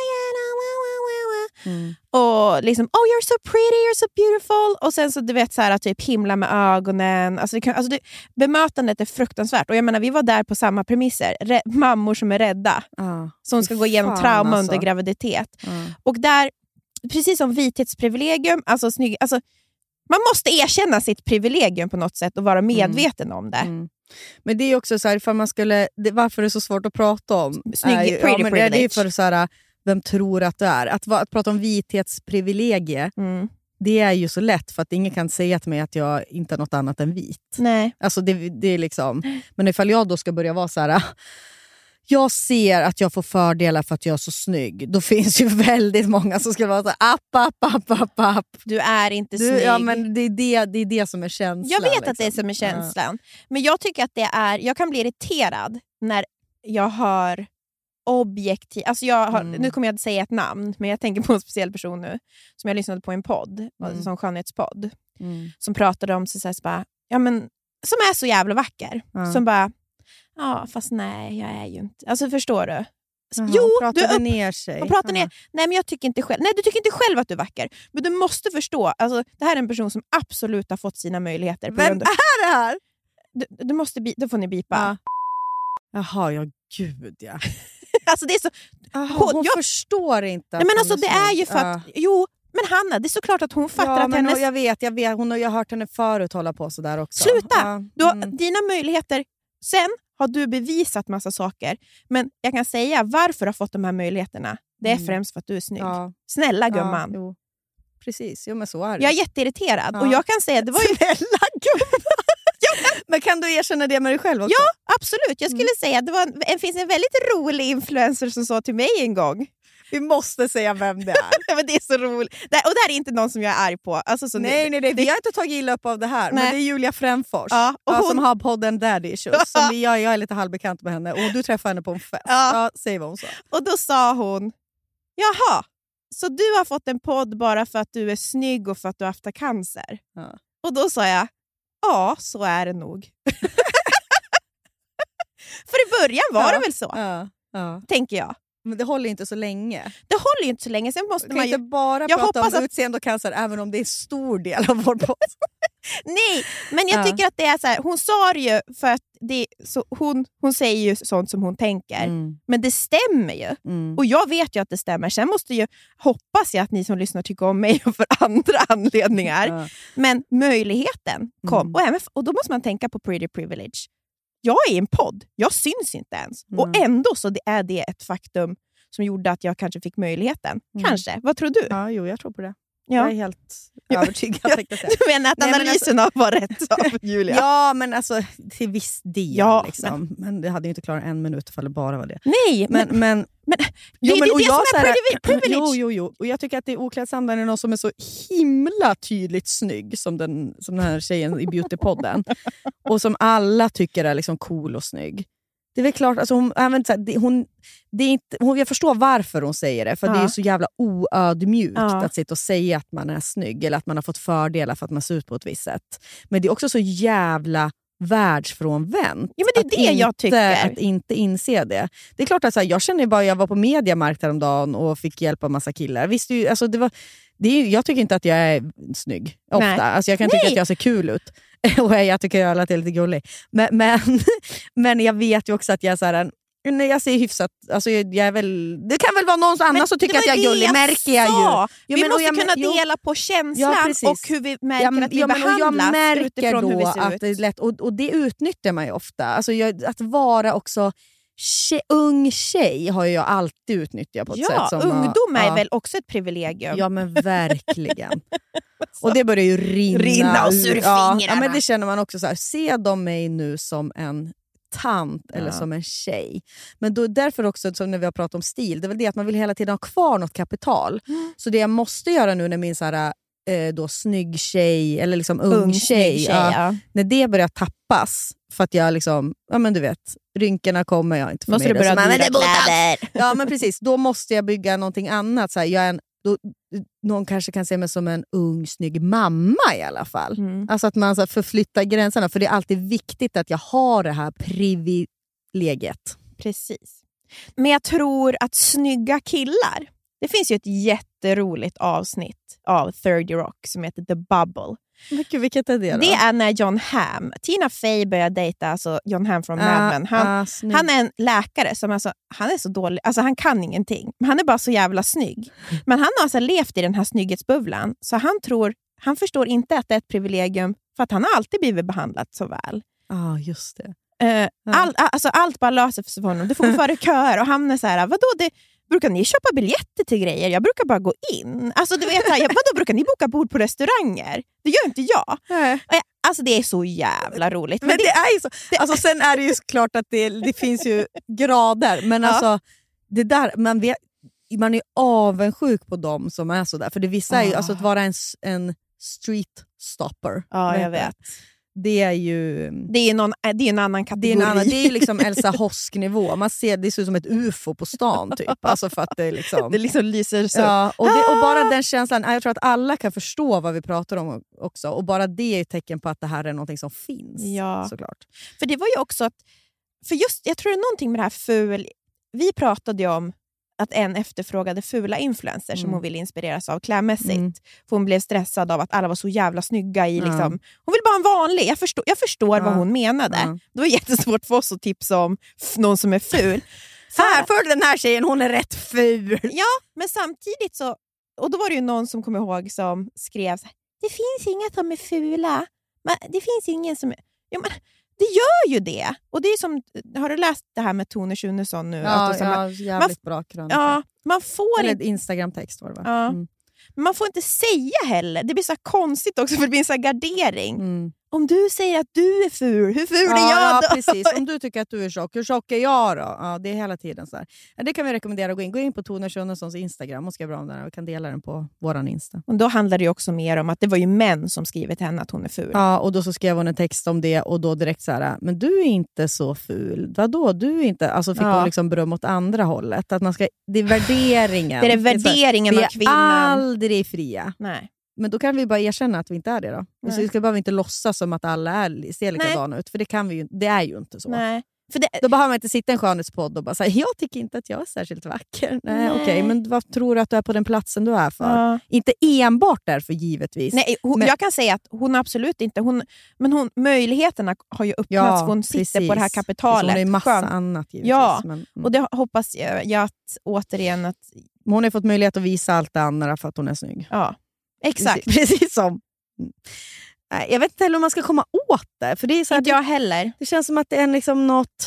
Mm. Och liksom, oh you're so pretty, you're so beautiful. Och sen så du vet så här typ himla med ögonen. Alltså, det kan, alltså det, bemötandet är fruktansvärt. Och jag menar vi var där på samma premisser. Re- mammor som är rädda. Ah, som ska gå igenom trauma alltså. under graviditet. Ah. Och där, precis som vithetsprivilegium, alltså, snygg, alltså man måste erkänna sitt privilegium på något sätt och vara medveten mm. om det. Mm. Men det är också så här, för man skulle, det, varför det är så svårt att prata om. Snygg, är, pretty ja, men privilege. Det är för så här, vem tror att du är? Att, att prata om vithetsprivilegie, mm. det är ju så lätt för att ingen kan säga till mig att jag inte är något annat än vit. Nej. Alltså det, det är liksom, men ifall jag då ska börja vara så här, jag ser att jag får fördelar för att jag är så snygg. Då finns ju väldigt många som ska vara så här, app, app, app, app, app. Du är inte du, snygg. Ja, men det är det, det är det som är känslan. Jag vet liksom. att det är som är känslan. Ja. Men jag tycker att det är, jag kan bli irriterad när jag hör objektiv. Alltså jag har, Mm. Nu kommer jag att säga ett namn, men jag tänker på en speciell person nu som jag lyssnade på i en podd, Mm. som skönhetspodd, Mm. som pratade om så så här, så bara, ja men som är så jävla vacker. Ja. Som bara, ja fast nej, jag är ju inte. Alltså förstår du? Jaha, Jo, pratade du upp, ner sig. och pratar ner. Jaha. Nej men jag tycker inte själv. Nej, du tycker inte själv att du är vacker. Men du måste förstå, alltså det här är en person som absolut har fått sina möjligheter. På Vem grund av, är det här? du, du måste bi, då får ni bipa. Ja. Jaha, ja gud ja. Alltså det är så. Aha, Hon- hon jag- förstår inte. Nej att men hon alltså det är snygg. ju för att, Ja. jo men Hanna, det är såklart att hon fattar Ja, att men hennes... jag vet, jag vet. Hon har, jag har hört henne förut hålla på sådär också. Sluta! Ja, Du har, mm. Dina möjligheter, sen har du bevisat massa saker. Men jag kan säga varför du har fått de här möjligheterna. Det är Mm. främst för att du är snygg. Ja, Snälla ja, gumman. jo. Precis, jo men så är det. Jag är jätteirriterad. Ja. Och jag kan säga, det var ju... Snälla gumman! Men kan du erkänna det med dig själv också? Ja, absolut. Jag skulle Mm. säga att det var en, det finns en väldigt rolig influencer som sa till mig en gång. Vi måste säga vem det är. Ja, men det är så roligt. Det, och det här är inte någon som jag är arg på. Alltså, så nej, det, nej, nej, det, vi har inte tagit illa upp av det här. Nej. Men det är Julia Fränfors Ja, och ja, hon- som har podden Daddy Issues. Som vi, jag, jag är lite halvbekant med henne. Och du träffade henne på en fest. Ja. Ja, säg vad hon sa. Och då sa hon, jaha, så du har fått en podd bara för att du är snygg och för att du har haft cancer? Ja. Och då sa jag, ja, så är det nog. För i början var Ja. det väl så, Ja, ja. tänker jag. Men det håller inte så länge. Det håller ju inte så länge, sen måste Du kan man ju... inte bara Jag prata om hoppas att- utseende och cancer även om det är en stor del av vår podd. Nej, men jag Ja. tycker att det är så här, hon sa det ju för att det, så hon, hon säger ju sånt som hon tänker. Mm. Men det stämmer ju. Mm. Och jag vet ju att det stämmer. Sen måste ju, hoppas jag att ni som lyssnar tycker om mig för andra anledningar. Ja. Men möjligheten kom. Mm. Och, även, och då måste man tänka på pretty privilege. Jag är i en podd. Jag syns inte ens. Mm. Och ändå så det är det ett faktum som gjorde att jag kanske fick möjligheten. Mm. Kanske. Vad tror du? Ja, jo, jag tror på det. Ja. Jag är helt övertygad. tänkte jag säga. Du menar att Nej, men analysen har varit rätt av Julia? Ja, men alltså till viss del. Ja, liksom. men... det hade ju inte klarat en minut ifall det bara var det. Nej, men, Men, men, men, jo, det, men det och är det jag som så är här- privi- privilege. Jo, jo, jo. Och jag tycker att det är oklädsamt när det är någon som är så himla tydligt snygg som den, som den här tjejen i Beautypodden. Och som alla tycker är liksom cool och snygg. Det är väl klart, alltså hon, även, så här, det, hon, det är inte, hon, jag förstår varför hon säger det. För Ja. det är så jävla oödmjukt Ja. att sitta och säga att man är snygg. Eller att man har fått fördelar för att man ser ut på ett visst sätt. Men det är också så jävla världsfrånvänt. Ja, men det är att det jag inte, tycker. Att inte inse det. Det är klart att så här, jag känner ju bara, jag var på Mediamarkt häromdagen och fick hjälp av massa killar. Visst, ju, alltså, det var, det är, ju- jag tycker inte att jag är snygg ofta. Nej. Alltså, jag kan tycka Nej. att jag ser kul ut. Och jag tycker att jag är lite gullig. Men, men, men jag vet ju också att jag är så här, nej, jag ser hyfsat, alltså jag, jag är väl, det kan väl vara någon annan Men som tycker det att var jag är det gullig, jag märker jag ju. sa. Jo, vi men- och måste jag- kunna jo. dela på känslan Ja, precis. och hur vi märker Ja, att vi ja, men, och behandlas jag märker utifrån då hur vi ser att ut. det är lätt, och, och det utnyttjar man ju ofta. Alltså jag, att vara också tjej, ung tjej har jag alltid utnyttjat på ett Ja, sätt som... ungdom är ja, väl också ett privilegium. Ja, men verkligen. Och det börjar ju rinna, Rinna oss ur ur- ja, fingrarna. ja, men det känner man också så här. Ser de mig nu som en tant eller Ja. som en tjej? Men då, därför också, som när vi har pratat om stil, det är väl det att man vill hela tiden ha kvar något kapital. Mm. Så det jag måste göra nu när min så här, eh, då, snygg tjej eller liksom ung, Ung tjej, snygg tjej, ja, ja. när det börjar tappas för att jag liksom, ja men du vet, rynkorna kommer jag inte få Måste med du det. börja Så, men, men det dyra är botat. kläder. Ja men precis, då måste jag bygga någonting annat. Så här, jag är en, då, någon kanske kan se mig som en ung snygg mamma i alla fall. Mm. Alltså att man så här, förflyttar gränserna, för det är alltid viktigt att jag har det här privilegiet. Precis. Men jag tror att snygga killar, det finns ju ett jätteroligt avsnitt av thirty Rock som heter The Bubble. Men gud, vilket är det då? Det är när John Hamm, Tina Fey börjar dejta alltså John Hamm från Mad Men. Han, ah, snygg. han är en läkare som alltså, han är så dålig, alltså han kan ingenting. Men han är bara så jävla snygg. Men han har alltså levt i den här snygghetsbubblan, så han tror, han förstår inte att det är ett privilegium för att han har alltid blivit behandlad så väl. ah, just det. Uh, all, alltså, allt bara löser sig för honom. Du får gå före köer och han är så här, vadå, det, brukar ni köpa biljetter till grejer? Jag brukar bara gå in. Alltså du vet, jag, vadå, brukar ni boka bord på restauranger? Det gör inte jag. Nej. Och jag alltså det är så jävla roligt. Men det, det är ju så. Alltså, sen är det ju klart att det, det finns ju grader. Men Ja. alltså, det där, man, vet, man är ju avundsjuk på dem som är så där. För det vissa är ju, Ah. alltså, att vara en, s- en street stopper. Ja, Vad jag heter det? vet. det är ju... Det är, någon, det är en annan kategori. Det är, en annan, det är ju liksom Elsa Hosk-nivå. Man ser det ser ut som ett U F O på stan typ. Alltså för att det liksom... Det liksom lyser så. Ja, och, det, och bara den känslan, jag tror att alla kan förstå vad vi pratar om också. Och bara det är ett tecken på att det här är någonting som finns. Ja. Såklart. För det var ju också att... För just, jag tror det är någonting med det här ful... Vi pratade ju om att en efterfrågade fula influencers mm. som hon ville inspireras av klädmässigt. Mm. För hon blev stressad av att alla var så jävla snygga i liksom... Mm. Hon vill bara en vanlig. Jag förstår, jag förstår mm. vad hon menade. Mm. Det var jättesvårt för oss att tipsa om f- någon som är ful. Här för den här tjejen, hon är rätt ful. Ja, men samtidigt så... Och då var det ju någon som kom ihåg som skrev så här, det finns inga som är fula. Men det finns ju ingen som är... Ja, men... Det gör ju det. Och det är som, har du läst det här med Tone Schunnesson nu? Ja, alltså, ja man, jävligt man, bra krönika. Ja, man får Eller inte... Instagram-text var det va? Ja. Mm. Men man får inte säga heller. Det blir så konstigt också för det blir en så här gardering. Mm. Om du säger att du är ful, hur ful ja, är jag då? Ja, precis. Om du tycker att du är tjock, hur tjock är jag då? Ja, det är hela tiden så här. Ja, det kan vi rekommendera. Gå in, gå in på Tone Schunnessons Instagram och skriva bra om den här. Vi kan dela den på våran Insta. Och då handlar det ju också mer om att det var ju män som skrivit till henne att hon är ful. Ja, och då så skrev hon en text om det och då direkt så här, men du är inte så ful. Vadå? Du är inte... Alltså fick ja. hon liksom beröm åt andra hållet. Att man ska... Det är värderingen. Det är det värderingen det är av kvinnan. Vi är aldrig fria. Nej. Men då kan vi bara erkänna att vi inte är det då. Nej. Så vi ska bara inte låtsas som att alla är, ser likadana ut. För det, kan vi ju, det är ju inte så. Nej. För det... Då behöver man inte sitta i en skönhetspodd och bara säga jag tycker inte att jag är särskilt vacker. Nej, Nej. okej. Okay, men vad tror du att du är på den platsen du är för? Ja. Inte enbart därför givetvis. Nej, hon, men... Jag kan säga att hon absolut inte... Hon, men hon, möjligheterna har ju öppnats. Ja, hon sitter precis. På det här kapitalet. Hon är massa Skön. annat givetvis. Ja, men, mm. och det hoppas jag, jag att återigen att... Hon har fått möjlighet att visa allt det andra för att hon är snygg. Ja. Exakt. Precis, precis som... Nej, jag vet inte heller om man ska komma åt det. För det är så inte här, jag heller. Det känns som att det är liksom något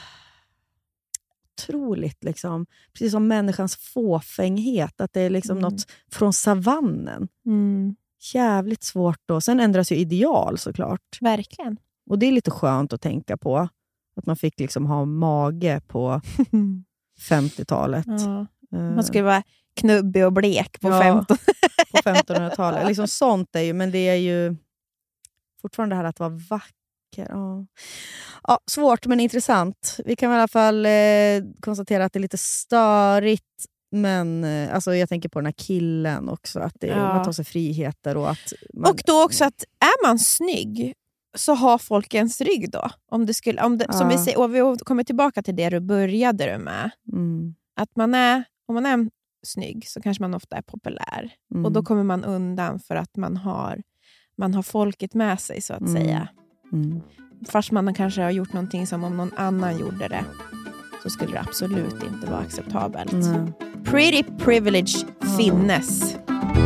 otroligt. Liksom, precis som människans fåfänghet. Att det är liksom mm. något från savannen. Mm. Jävligt svårt då. Sen ändras ju ideal såklart. Verkligen. Och det är lite skönt att tänka på. Att man fick liksom ha mage på femtiotalet. Ja. Man skulle vara knubbig och blek på, ja, femton. på femtonhundratalet. Liksom sånt är ju, men det är ju fortfarande det här att vara vacker. Ja. Ja, svårt men intressant. Vi kan i alla fall eh, konstatera att det är lite störigt. Men eh, alltså, jag tänker på den här killen också. Att det, ja. man tar sig friheter. Och, att man, och då också att är man snygg så har folk ens rygg då. Om det skulle, om det, ja. som vi säger, och vi kommer tillbaka till det du började med. Mm. Att man är, om man är snygg så kanske man ofta är populär. Mm. Och då kommer man undan för att man har, man har folket med sig så att mm. säga. Mm. Fast man kanske har gjort någonting som om någon annan gjorde det så skulle det absolut inte vara acceptabelt. Mm. Pretty privilege mm. finnes.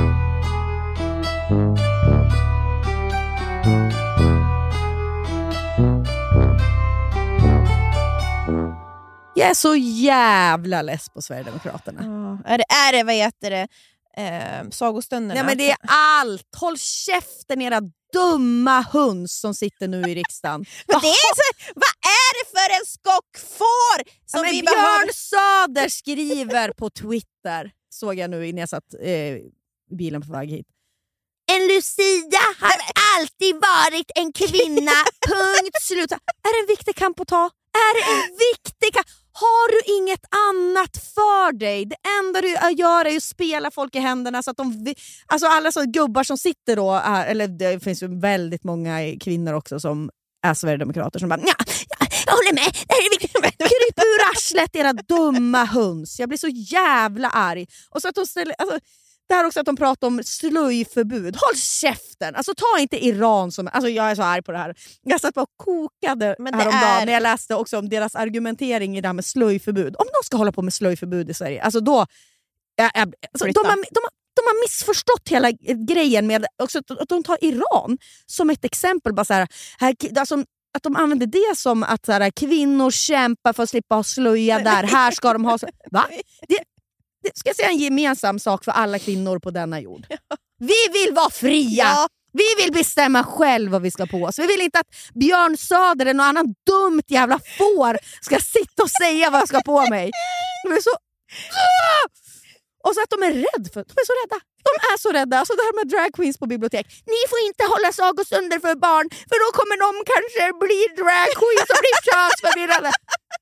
Jag är så jävla less på Sverigedemokraterna. Ja. Är det, är det vad heter det? Eh, sagostunderna? Ja, men det är allt. Håll käften era dumma höns som sitter nu i riksdagen. Men det är så, vad är det för en skockfår som ja, vi Björn behöver? Söder skriver på Twitter. Såg jag nu innan jag satt eh, i bilen på väg hit. En Lucia har alltid varit en kvinna. Punkt slut. Är det en viktig kamp att ta? Är det en viktig kamp? Har du inget annat för dig? Det enda du gör är att spela folk i händerna så att de... Alltså alla så gubbar som sitter då här, eller det finns ju väldigt många kvinnor också som är Sverigedemokrater som bara ja, ja, jag håller med. Det här är viktigt. Kryp ur arslet era dumma höns. Jag blir så jävla arg. Och så att de ställer... Alltså, det här också att de pratar om slöjförbud. Håll käften! Alltså ta inte Iran som... Alltså jag är så arg på det här. Jag satt bara och kokade häromdagen är... när jag läste också om deras argumentering i det här med slöjförbud. Om de ska hålla på med slöjförbud i Sverige. Alltså då... Jag, jag, alltså, de, har, de, har, de har missförstått hela grejen med också att de tar Iran som ett exempel. Bara så här, här, alltså, att de använder det som att så här, kvinnor kämpar för att slippa ha slöja där. Här ska de ha... Va? Det... Det ska jag säga en gemensam sak för alla kvinnor på denna jord. Ja. Vi vill vara fria. Ja. Vi vill bestämma själv vad vi ska på oss. Vi vill inte att Björn Söder eller någon annan dumt jävla får ska sitta och säga vad jag ska på mig. Det är så... Och så att de är rädda för, de är så rädda. De är så rädda. Alltså det här med drag queens på bibliotek. Ni får inte hålla sagostunder för barn, för då kommer de kanske bli drag queens och bli könsförvirrade.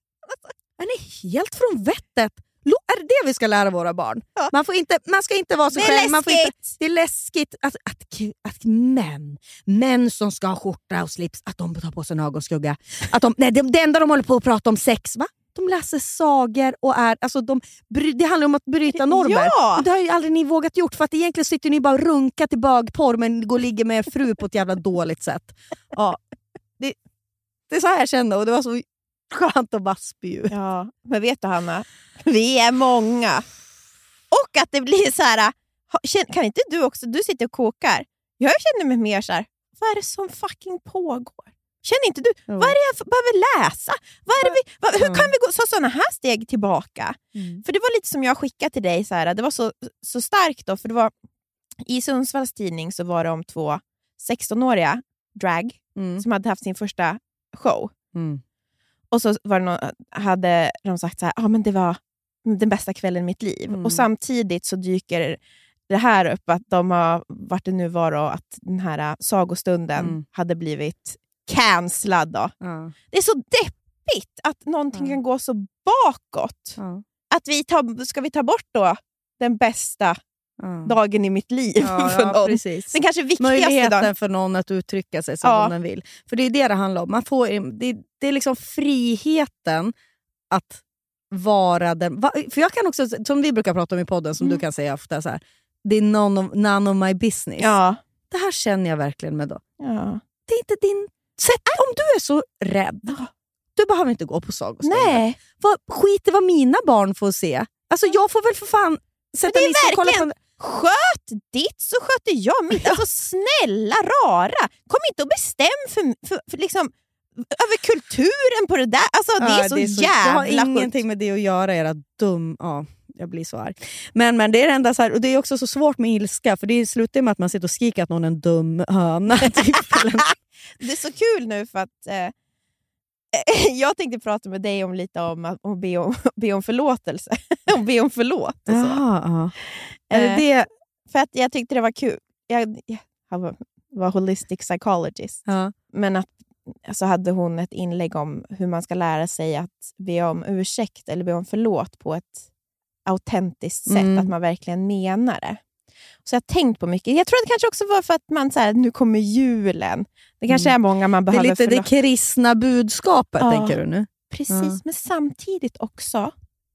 Är ni helt från vettet? Är det det vi ska lära våra barn? Ja. Man, får inte, man ska inte vara så själv. Man får inte, det är läskigt att, att, att män, män som ska ha skjorta och slips, att de tar på sig en ögonskugga. Att de, nej, det, det enda de håller på att prata om sex, va? De läser sagor och är, alltså de, det handlar om att bryta normer. Ja. Och det har ju aldrig ni vågat gjort, för att egentligen sitter ni bara och runkar till bögporr men går och ligger med er fru på ett jävla dåligt sätt. Ja, det, det är så här jag känner, och det var så skönt att bara spy. Ja, men vet du Hanna, vi är många. Och att det blir så här, kan inte du också, du sitter och kokar. Jag känner mig mer så här, vad är det som fucking pågår? Känner inte du? Mm. Vad är det jag behöver läsa? Vad är det vi, vad, hur kan vi gå så sådana här steg tillbaka? Mm. För det var lite som jag skickade till dig. Så här, det var så, så starkt då. För det var, i Sundsvalls tidning så var det om två sextonåriga drag mm. som hade haft sin första show. Mm. Och så var det någon, hade de sagt så här, ah, men det var den bästa kvällen i mitt liv. Mm. Och samtidigt så dyker det här upp att de har, vart det nu var då, att den här sagostunden mm. hade blivit cancellad då. Ja. Det är så deppigt att någonting ja. kan gå så bakåt. Ja. Att vi tar, ska vi ta bort då den bästa ja. dagen i mitt liv ja, för någon. Ja, precis. Den kanske viktigaste möjligheten dagen. För någon att uttrycka sig som ja. den vill. För det är det det handlar om. Man får, det, det är liksom friheten att vara den. För jag kan också, som vi brukar prata om i podden, som mm. du kan säga ofta så här, det är none of, none of my business. Ja. Det här känner jag verkligen med då. Ja. Det är inte din sätt. Om du är så rädd, du behöver inte gå på sagostunder. Nej. Vad, skit i vad mina barn får se. Alltså jag får väl för fan sätta mig och kolla på. Sköt ditt så sköter jag mitt. Ja. Alltså snälla rara. Kom inte och bestäm för, för, för liksom över kulturen på det där. Alltså det ja, är så, det är så jävla. Jag har ingenting sjukt. med det att göra, era dum. Ja. Jag blir så arg. Men, men det är det enda så här, och det är också så svårt med ilska, för det slutar med att man sitter och skriker att någon är en dum höna. Det är så kul nu för att eh, jag tänkte prata med dig om lite om att om be, om, be om förlåtelse. och be om förlåt och så. Ja, ja. Är det eh, det? För att jag tyckte det var kul. Jag, jag var holistic psychologist. Ja. Men att så hade hon ett inlägg om hur man ska lära sig att be om ursäkt eller be om förlåt på ett autentiskt sätt, mm. att man verkligen menar det. Så jag har tänkt på mycket. Jag tror att det kanske också var för att man så här, nu kommer julen. Det kanske mm. är många man behöver. Det är lite förlåt. Det kristna budskapet, ja, tänker du nu? Precis, ja. Men samtidigt också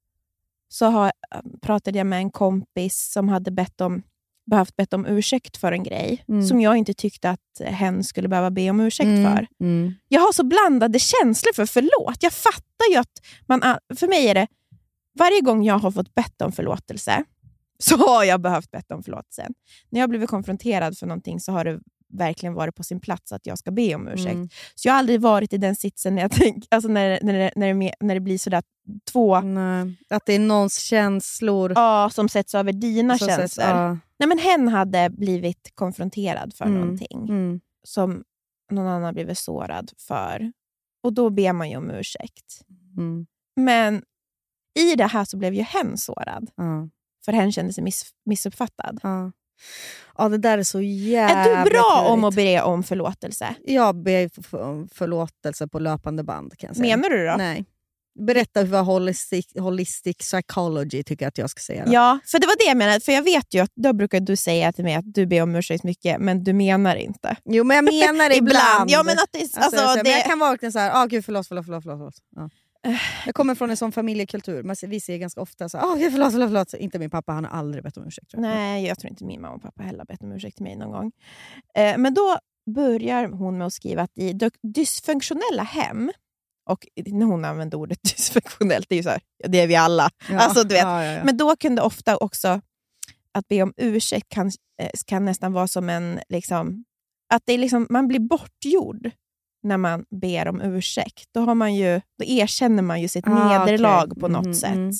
så har, pratade jag med en kompis som hade bett om, behövt bett om ursäkt för en grej mm. som jag inte tyckte att hen skulle behöva be om ursäkt mm. för. Mm. Jag har så blandade känslor för förlåt. Jag fattar ju att man, för mig är det varje gång jag har fått bett om förlåtelse så har jag behövt bett om förlåtelse. När jag blivit konfronterad för någonting så har det verkligen varit på sin plats att jag ska be om ursäkt. Mm. Så jag har aldrig varit i den sitsen när jag tänk, alltså när, när, det, när, det, när det blir sådär två... Nej, att det är någons känslor. Ja, som sätts över dina som känslor. Sätts, ja. Nej, men hen hade blivit konfronterad för mm. någonting mm. som någon annan blivit sårad för. Och då ber man ju om ursäkt. Mm. Men i det här så blev ju hen sårad. Mm. För hen kände sig miss, missuppfattad. Mm. Ja, det där är så jävla... Är du bra trevligt. Om att be om förlåtelse? Jag ber om förlåtelse på löpande band, kan jag säga. Menar du då? Nej. Berätta vad holistic, holistic psychology tycker att jag ska säga. Då. Ja, för det var det jag menade. För jag vet ju att då brukar du säga till mig att du ber om ursäkt mycket, men du menar inte. Jo, men jag menar det ibland. Ja, men att det, alltså, alltså, alltså, det... Men jag kan vara så här, ah, gud, förlåt, förlåt, förlåt, förlåt. Ja. Jag kommer från en sån familjekultur. Vi ser ganska ofta så här, ah, gud, förlåt, förlåt, förlåt. Inte min pappa, han har aldrig bett om ursäkt. Tror jag. Nej, jag tror inte min mamma och pappa heller har bett om ursäkt till mig någon gång. Eh, men då börjar hon med att skriva att i dysfunktionella hem, och när hon använder ordet dysfunktionellt, det är ju så här, det är vi alla. Ja, alltså, du vet. Ja, ja, ja. Men då kunde ofta också att be om ursäkt kan, kan nästan vara som en liksom, att det är liksom, man blir bortgjord när man ber om ursäkt. Då har man ju, då erkänner man ju sitt ah, nederlag okay. på något mm, sätt. Mm.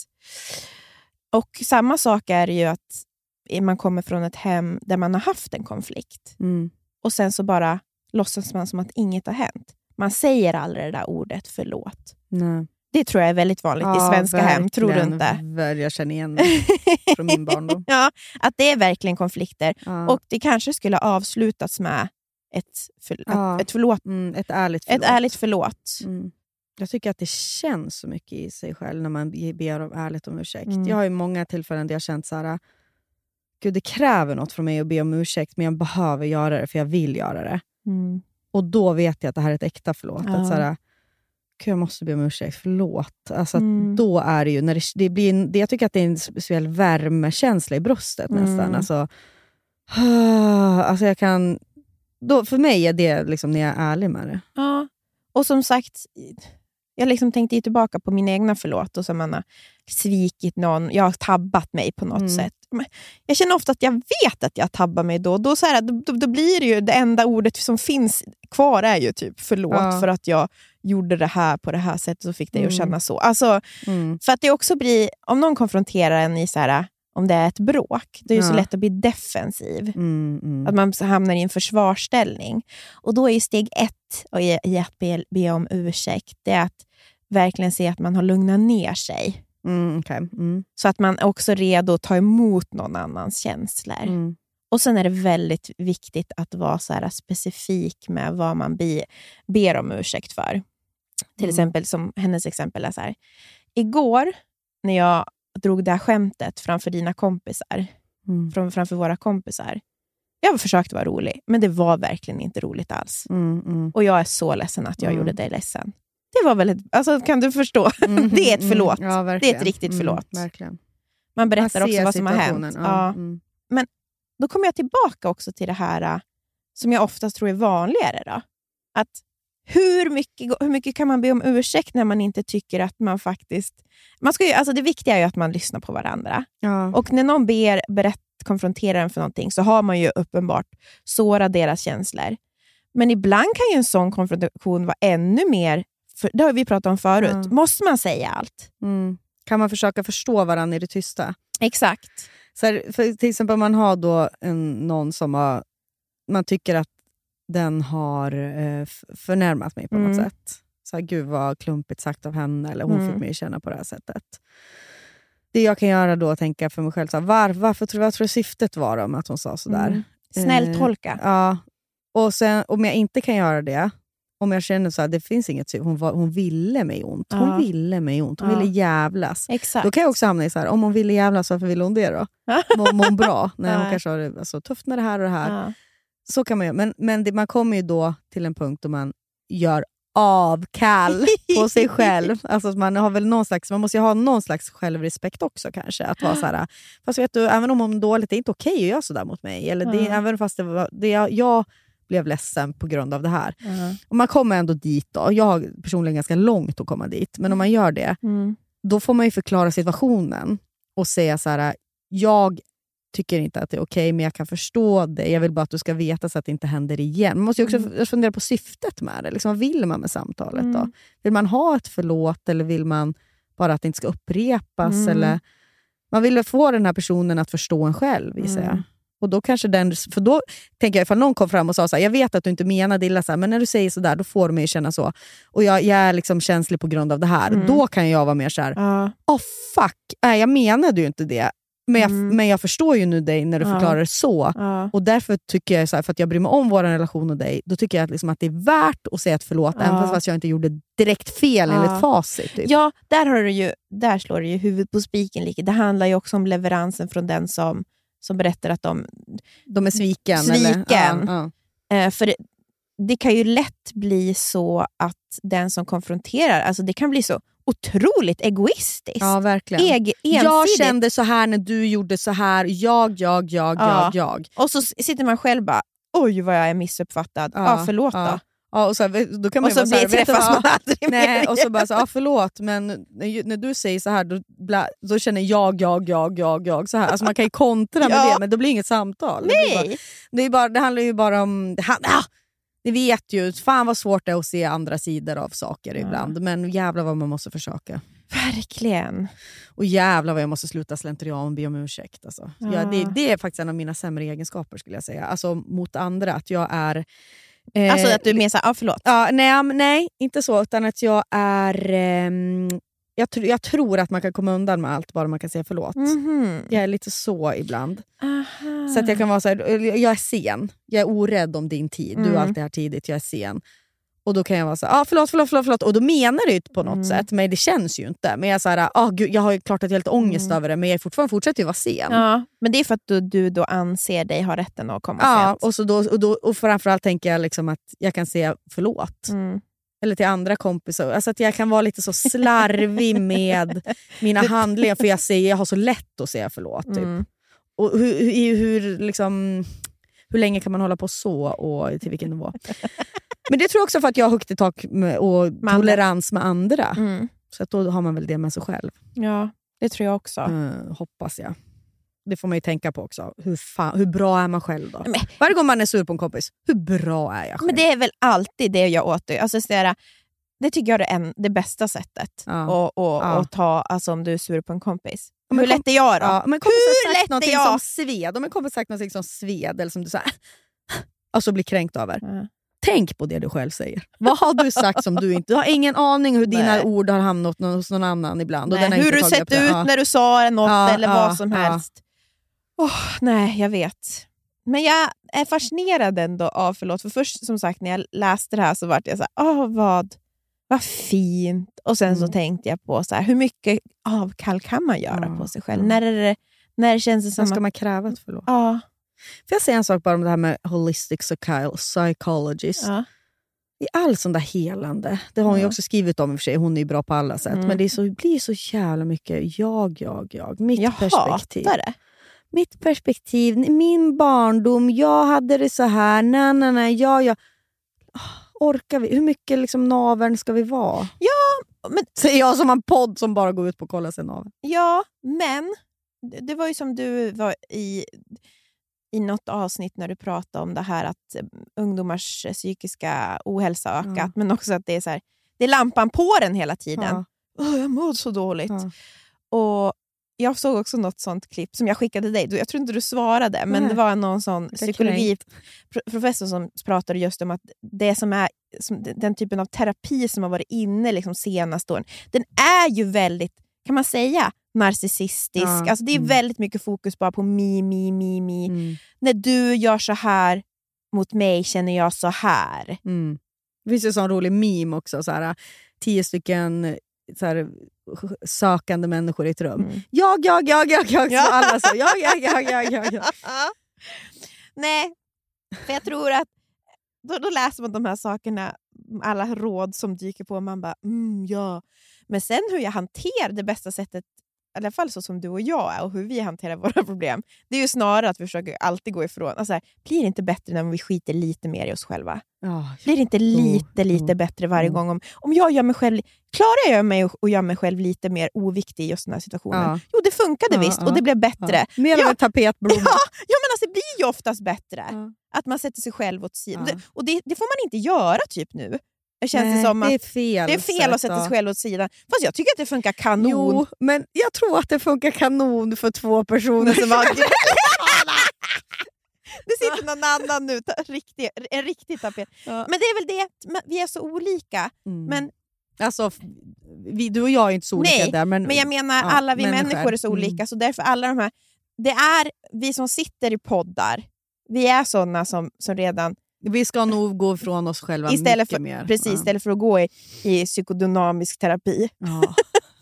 Och samma sak är ju att man kommer från ett hem där man har haft en konflikt. Mm. Och sen så bara låtsas man som att inget har hänt. Man säger aldrig det där ordet förlåt. Nej. Det tror jag är väldigt vanligt ja, i svenska hem, tror du inte? Jag känner igen från min barndom. Ja, att det är verkligen konflikter. Ja. Och det kanske skulle avslutas med ett, för, ja. ett förlåt. Mm, ett ärligt förlåt. Ett ärligt förlåt. Mm. Jag tycker att det känns så mycket i sig själv när man ber om ärligt om ursäkt. Mm. Jag har ju många tillfällen där jag känt så här, gud det kräver något från mig att be om ursäkt, men jag behöver göra det för jag vill göra det. Mm. Och då vet jag att det här är ett äkta förlåt. Ja. Att så här, jag måste be om ursäkt, förlåt. Alltså Mm. då är det ju, när det, det blir en, det, jag tycker att det är en speciell värmekänsla i bröstet Mm. nästan. Alltså, alltså jag kan, då, för mig är det liksom när jag är ärlig med det. Ja, och som sagt, jag liksom tänkte ju tillbaka på mina egna förlåt och som man har svikit någon, jag har tabbat mig på något Mm. sätt. Men jag känner ofta att jag vet att jag tabbar mig då. Då, så här, då, då blir det ju, det enda ordet som finns kvar är ju typ förlåt Ja. för att jag gjorde det här på det här sättet och fick dig Mm. att känna så. Alltså, Mm. för att det också blir, om någon konfronterar en i så här, om det är ett bråk, det är ju Ja. så lätt att bli defensiv. Mm, mm. Att man hamnar i en försvarsställning. Och då är ju steg ett och i, i att be, be om ursäkt, det är att verkligen se att man har lugnat ner sig. Mm, okay. mm. Så att man är också redo att ta emot någon annans känslor. Mm. Och sen är det väldigt viktigt att vara så här specifik med vad man be, ber om ursäkt för. Till Mm. exempel, som hennes exempel är så här. Igår när jag drog det här skämtet framför dina kompisar, Mm. fram, framför våra kompisar. Jag försökte vara rolig, men det var verkligen inte roligt alls. Mm, mm. Och jag är så ledsen att jag Mm. gjorde dig ledsen. Det var väl ett, alltså kan du förstå? Mm, det är ett förlåt. Mm, ja, det är verkligen. ett riktigt förlåt. Mm, verkligen. Man berättar Man också ser vad som har hänt. situationen, Ja. ja. Mm. Då kommer jag tillbaka också till det här äh, som jag oftast tror är vanligare. Då. Att hur mycket, hur mycket kan man be om ursäkt när man inte tycker att man faktiskt... Man ska ju, alltså det viktiga är ju att man lyssnar på varandra. Ja. Och när någon ber, berätt, konfronterar en för någonting så har man ju uppenbart sårat deras känslor. Men ibland kan ju en sån konfrontation vara ännu mer... För, det har vi pratat om förut. Ja. Måste man säga allt? Mm. Kan man försöka förstå varandra i det tysta? Exakt. Så här, för till exempel om man har då en, någon som har, man tycker att den har eh, förnärmat mig på Mm. något sätt. Så här, gud vad klumpigt sagt av henne, eller hon Mm. fick mig känna på det här sättet. Det jag kan göra då, tänka för mig själv, så här, var, varför tror jag tror syftet var om att hon sa sådär? Mm. Snällt Eh, tolka. Ja, och sen om jag inte kan göra det, om jag känner så här, det finns inget syfte, hon, var, hon ville mig ont. Hon Ja. ville mig ont, hon Ja. ville jävlas. Exakt. Då kan jag också hamna i så här, om hon ville jävlas, varför ville hon det då? Mår mår hon bra? Nej, hon Ja. kanske har det alltså, tufft med det här och det här. Ja. Så kan man göra. Men, men det, man kommer ju då till en punkt då man gör avkall på sig själv. Alltså man har väl någon slags, man måste ju ha någon slags självrespekt också kanske. Att vara så här, fast vet du, även om hon mår dåligt, det är inte okej att göra sådär mot mig. Eller det, Ja. även fast det var, det, jag, jag blev ledsen på grund av det här. Ja. Och man kommer ändå dit då. Jag har personligen ganska långt att komma dit. Men om man gör det, Mm. då får man ju förklara situationen och säga så här: jag tycker inte att det är okej, men jag kan förstå det. Jag vill bara att du ska veta så att det inte händer igen. Man måste ju också Mm. fundera på syftet med det. Liksom, vad vill man med samtalet då? Mm. Vill man ha ett förlåt, eller vill man bara att det inte ska upprepas? Mm. Eller man vill få den här personen att förstå en själv, gissar jag. Mm. Och då kanske den, för då tänker jag, ifall någon kom fram och sa så här, jag vet att du inte menar illa så här, men när du säger så där, då får du mig känna så. Och jag, jag är liksom känslig på grund av det här. Mm. Då kan jag vara mer så här, Ja. åh oh, fuck, nej, jag menade ju inte det. Men jag, Mm. men jag förstår ju nu dig när du Ja. förklarar det så. Ja. Och därför tycker jag, så här, för att jag bryr mig om vår relation och dig, då tycker jag att, liksom, att det är värt att säga ett förlåt, Ja. även fast, fast jag inte gjorde direkt fel Ja. enligt facit. Typ. Ja, där, har du ju, där slår du ju huvudet på spiken. Lika. Det handlar ju också om leveransen från den som, som berättar att de... De är sviken. Sviken. Eller? Ja, ja. Eh, för det, det kan ju lätt bli så att den som konfronterar, alltså det kan bli så otroligt egoistiskt. Ja, verkligen. Eg, ensidigt. Jag kände så här när du gjorde så här. Jag, jag, jag, Ja. jag, jag. Och så sitter man själv bara, oj vad jag är missuppfattad. Ja, ah, förlåt ja. då. Ja, och så, då kan man Och så ju bara blir här, träffas vet du man vad? aldrig Nej, mer och så bara så, ja, förlåt, men när, när du säger så här, då, bla, då känner jag, jag, jag, jag, jag så här. Alltså man kan ju kontra med Ja. det, men det blir inget samtal. Det, blir bara, Nej! det, är bara, det handlar ju bara om... Det, hand, ah, det vet ju, fan vad svårt det är att se andra sidor av saker Ja. ibland. Men jävlar vad man måste försöka. Verkligen. Och jävlar vad jag måste sluta slentrian och be om ursäkt. Alltså. Ja. Ja, det, det är faktiskt en av mina sämre egenskaper, skulle jag säga. Alltså mot andra, att jag är... Eh, alltså att du är mer såhär, ja förlåt. Ja, nej, nej, inte så. Utan att jag är... Eh, jag, tr- jag tror att man kan komma undan med allt bara man kan säga förlåt. Mm-hmm. Jag är lite så ibland. Aha. Så att jag kan vara så här, jag är sen. Jag är orädd om din tid. Mm. Du är alltid här tidigt, jag är sen. Och då kan jag vara så här, ah, förlåt, förlåt, förlåt, förlåt. Och då menar det ju på något mm. sätt. Men det känns ju inte. Men jag är så här, ah, gud, jag har ju klart att jag har lite ångest mm. över det. Men jag är fortfarande fortsätter ju vara sen. Ja, men det är för att du, du då anser dig ha rätten att komma Ja, sent. och, så då, och, då, och framförallt tänker jag liksom att jag kan säga förlåt. Mm. Eller till andra kompisar. Alltså att jag kan vara lite så slarvig med mina handlingar. För jag, säger, jag har så lätt att säga förlåt. Typ. Mm. Och hur, hur, hur, liksom, hur länge kan man hålla på så och till vilken nivå? Men det tror jag också för att jag har högt i tak med, och med tolerans med andra. Mm. Så att då har man väl det med sig själv. Ja, det tror jag också. Uh, hoppas jag. Det får man ju tänka på också. Hur, fan, hur bra är man själv då? Men, Varje gång man är sur på en kompis, hur bra är jag själv? men det är väl alltid det jag åt. Alltså, det, det tycker jag är en, det bästa sättet. Ja. Och, och, Ja. och ta, alltså, om du är sur på en kompis. Men hur kom- lätt är jag då? Ja, men Hur har sagt lätt är någonting jag? som sved. Om en kompis sagt någonting som sved eller som du säger alltså blir kränkt över. Ja. Tänk på det du själv säger. Vad har du sagt som du inte... Du har ingen aning hur dina Nej. ord har hamnat hos någon annan ibland. Och Nej, den har hur inte du tagit sett upp det. ut Ja. när du sa något Ja, eller ja, vad som ja. helst. Oh, nej, jag vet. Men jag är fascinerad ändå av förlåt. För först som sagt när jag läste det här så var jag så här, åh vad, vad fint. Och sen Mm. så tänkte jag på så här, hur mycket avkall kan man göra Ja, på sig själv? ja. När, är det, när känns det som Sen ska att... man kräva ett förlåt. Ja, Får jag säga en sak bara om det här med holistic psychi- psychologist? ja. I all sån där helande. Det har hon ju Ja. också skrivit om i och för sig. Hon är ju bra på alla sätt. Mm. Men det, är så, det blir så jävla mycket jag, jag, jag. Mitt Jag perspektiv. hatar det. Mitt perspektiv. Min barndom. Jag hade det så här. Nej, nej, nej. Ja, ja. Orkar vi? Hur mycket liksom naveln ska vi vara? Ja, men, Säger jag som en podd som bara går ut på att kolla sig naveln. ja, men det, det var ju som du var i... i något avsnitt när du pratade om det här att eh, ungdomars eh, psykiska ohälsa har ökat. Ja. Men också att det är så här, det är lampan på den hela tiden. Ja. Åh, jag mår så dåligt. Ja. Och jag såg också något sånt klipp som jag skickade dig. Du- Jag tror inte du svarade, men Nej. det var någon sån är psykologiprofessor som pratade just om att det som är som den typen av terapi som har varit inne liksom senaste åren, den är ju väldigt, kan man säga, narcissistisk. Ja. Alltså det är Mm. väldigt mycket fokus bara på mi, mi, mi, mi. Mm. När du gör så här mot mig känner jag så här. Mm. Det finns ju en sån rolig meme också. Så här, tio stycken så här, sökande människor i ett rum. Mm. Jag, jag, jag, jag, jag. Ja. Så alla så. Jag, jag, jag, jag, jag, jag. Nej, för jag tror att då, då läser man de här sakerna, alla råd som dyker på och man bara, mm, ja. Men sen hur jag hanterar det bästa sättet, i alla fall så som du och jag är och hur vi hanterar våra problem, det är ju snarare att vi försöker alltid gå ifrån. Alltså här, blir det inte bättre när vi skiter lite mer i oss själva? Ja. Blir det inte lite, lite mm, bättre varje mm. gång? Om, om jag gör mig själv, klarar jag mig och, och gör mig själv lite mer oviktig i just den här situationen? Ja. Jo, det funkade Ja, visst ja, och det blev bättre. Ja. Mer Ja. av en tapetblomma. Ja, ja, men alltså det blir ju oftast bättre. Ja. Att man sätter sig själv åt sidan. Ja. Det, och det, det får man inte göra typ nu. Det känns Nej, det som att det är fel, det är fel att sätta sig själv åt sidan. Fast jag tycker att det funkar kanon. Jo, men jag tror att det funkar kanon för två personer som har... Det sitter någon annan nu, ta, riktig, en riktig tapet. Ja. Men det är väl det, men vi är så olika. Mm. Men, Alltså, vi, du och jag är inte så olika nej, där. Men, men jag menar, ja, alla vi människor. människor är så Mm. olika. Så därför alla de här, det är vi som sitter i poddar. Vi är sådana som, som redan... Vi ska nog gå ifrån oss själva Istället mycket för, mer. precis, Ja. istället för att gå i, i psykodynamisk terapi. Ja.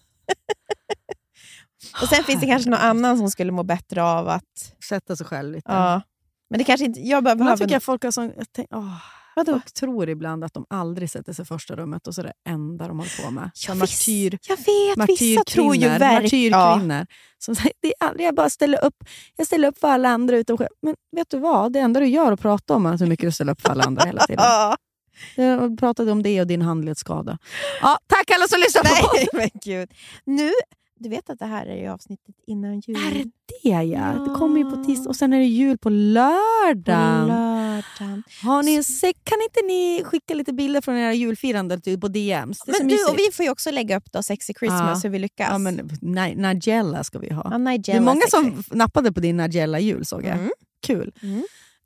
Och sen finns det kanske någon annan som skulle må bättre av att... Sätta sig själv lite. Ja. Men det kanske inte... Jag behöver... Man tycker att folk har sån, jag tänk, åh, Vadå? folk tror ibland att de aldrig sätter sig i första rummet och så är det enda de håller på med. Ja, Som visst. martyr, Jag vet, vissa tror ju martyrkvinnor. verkligen... Ja. Martyrkvinnor. Som säger, det är aldrig, jag bara ställer upp. Jag ställer upp för alla andra utom själv. Men vet du vad? Det enda du gör är att prata om är hur mycket du ställer upp för alla andra hela tiden. Ja. Jag har pratat om det och din handledsskada. Ja, tack alla som lyssnar på Nej, oss. men gud. Nu, du vet att det här är ju avsnittet innan jul. Är det det, ja? Ja. Det kommer ju på tisdag och sen är det jul på lördagen. På lördagen. Har ni, se, kan inte ni skicka lite bilder från era julfirande typ på D Ms? Det är så Men du, mysigt. och vi får ju också lägga upp då Sexy Christmas Ja. hur vi lyckas. Ja, men Ni- Nigella ska vi ha. Ja, Nigella Det är många Sexy. som nappade på din Nigella jul, såg jag. Mm. Kul. Mm.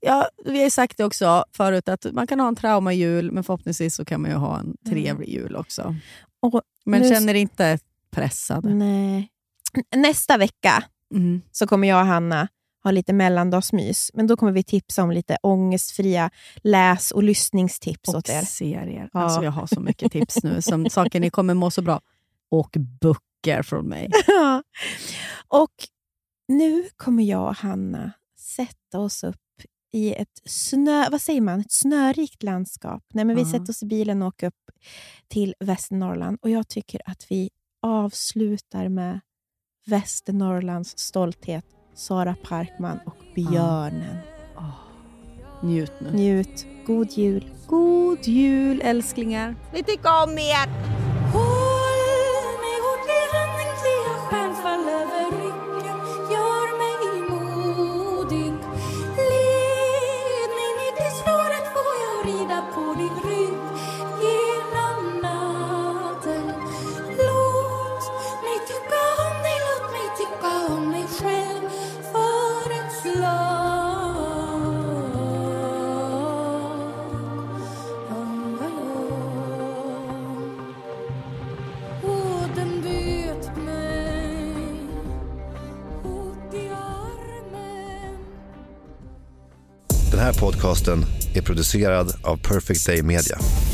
ja, vi har ju sagt det också förut att man kan ha en traumajul, men förhoppningsvis så kan man ju ha en trevlig jul också. Och men nu... känner inte pressad. Nej. Nästa vecka mm. så kommer jag och Hanna ha lite mellandagsmys. Men då kommer vi tipsa om lite ångestfria läs- och lyssningstips och åt er. serier. Ja. Alltså jag har så mycket tips nu som saker ni kommer må så bra. Och böcker från mig. Och nu kommer jag och Hanna sätta oss upp i ett snö, vad säger man? Ett snörikt landskap. Nej, men vi uh-huh. sätter oss i bilen och åker upp till Västernorrland. Och jag tycker att vi avslutar med Västernorrlands stolthet, Sara Parkman och björnen. Uh. Oh. Njut nu. Njut. God jul. God jul, älsklingar. Vi tycker om er. Håll mig hårt i handen till jag själv faller över ryggen. Gör mig modig. Led mig ner till snåret får jag rida på din rygg. Genom natten. Låt mig tycka om dig, låt mig tycka om mig själv. För ett slag. Den här podcasten är producerad av Perfect Day Media.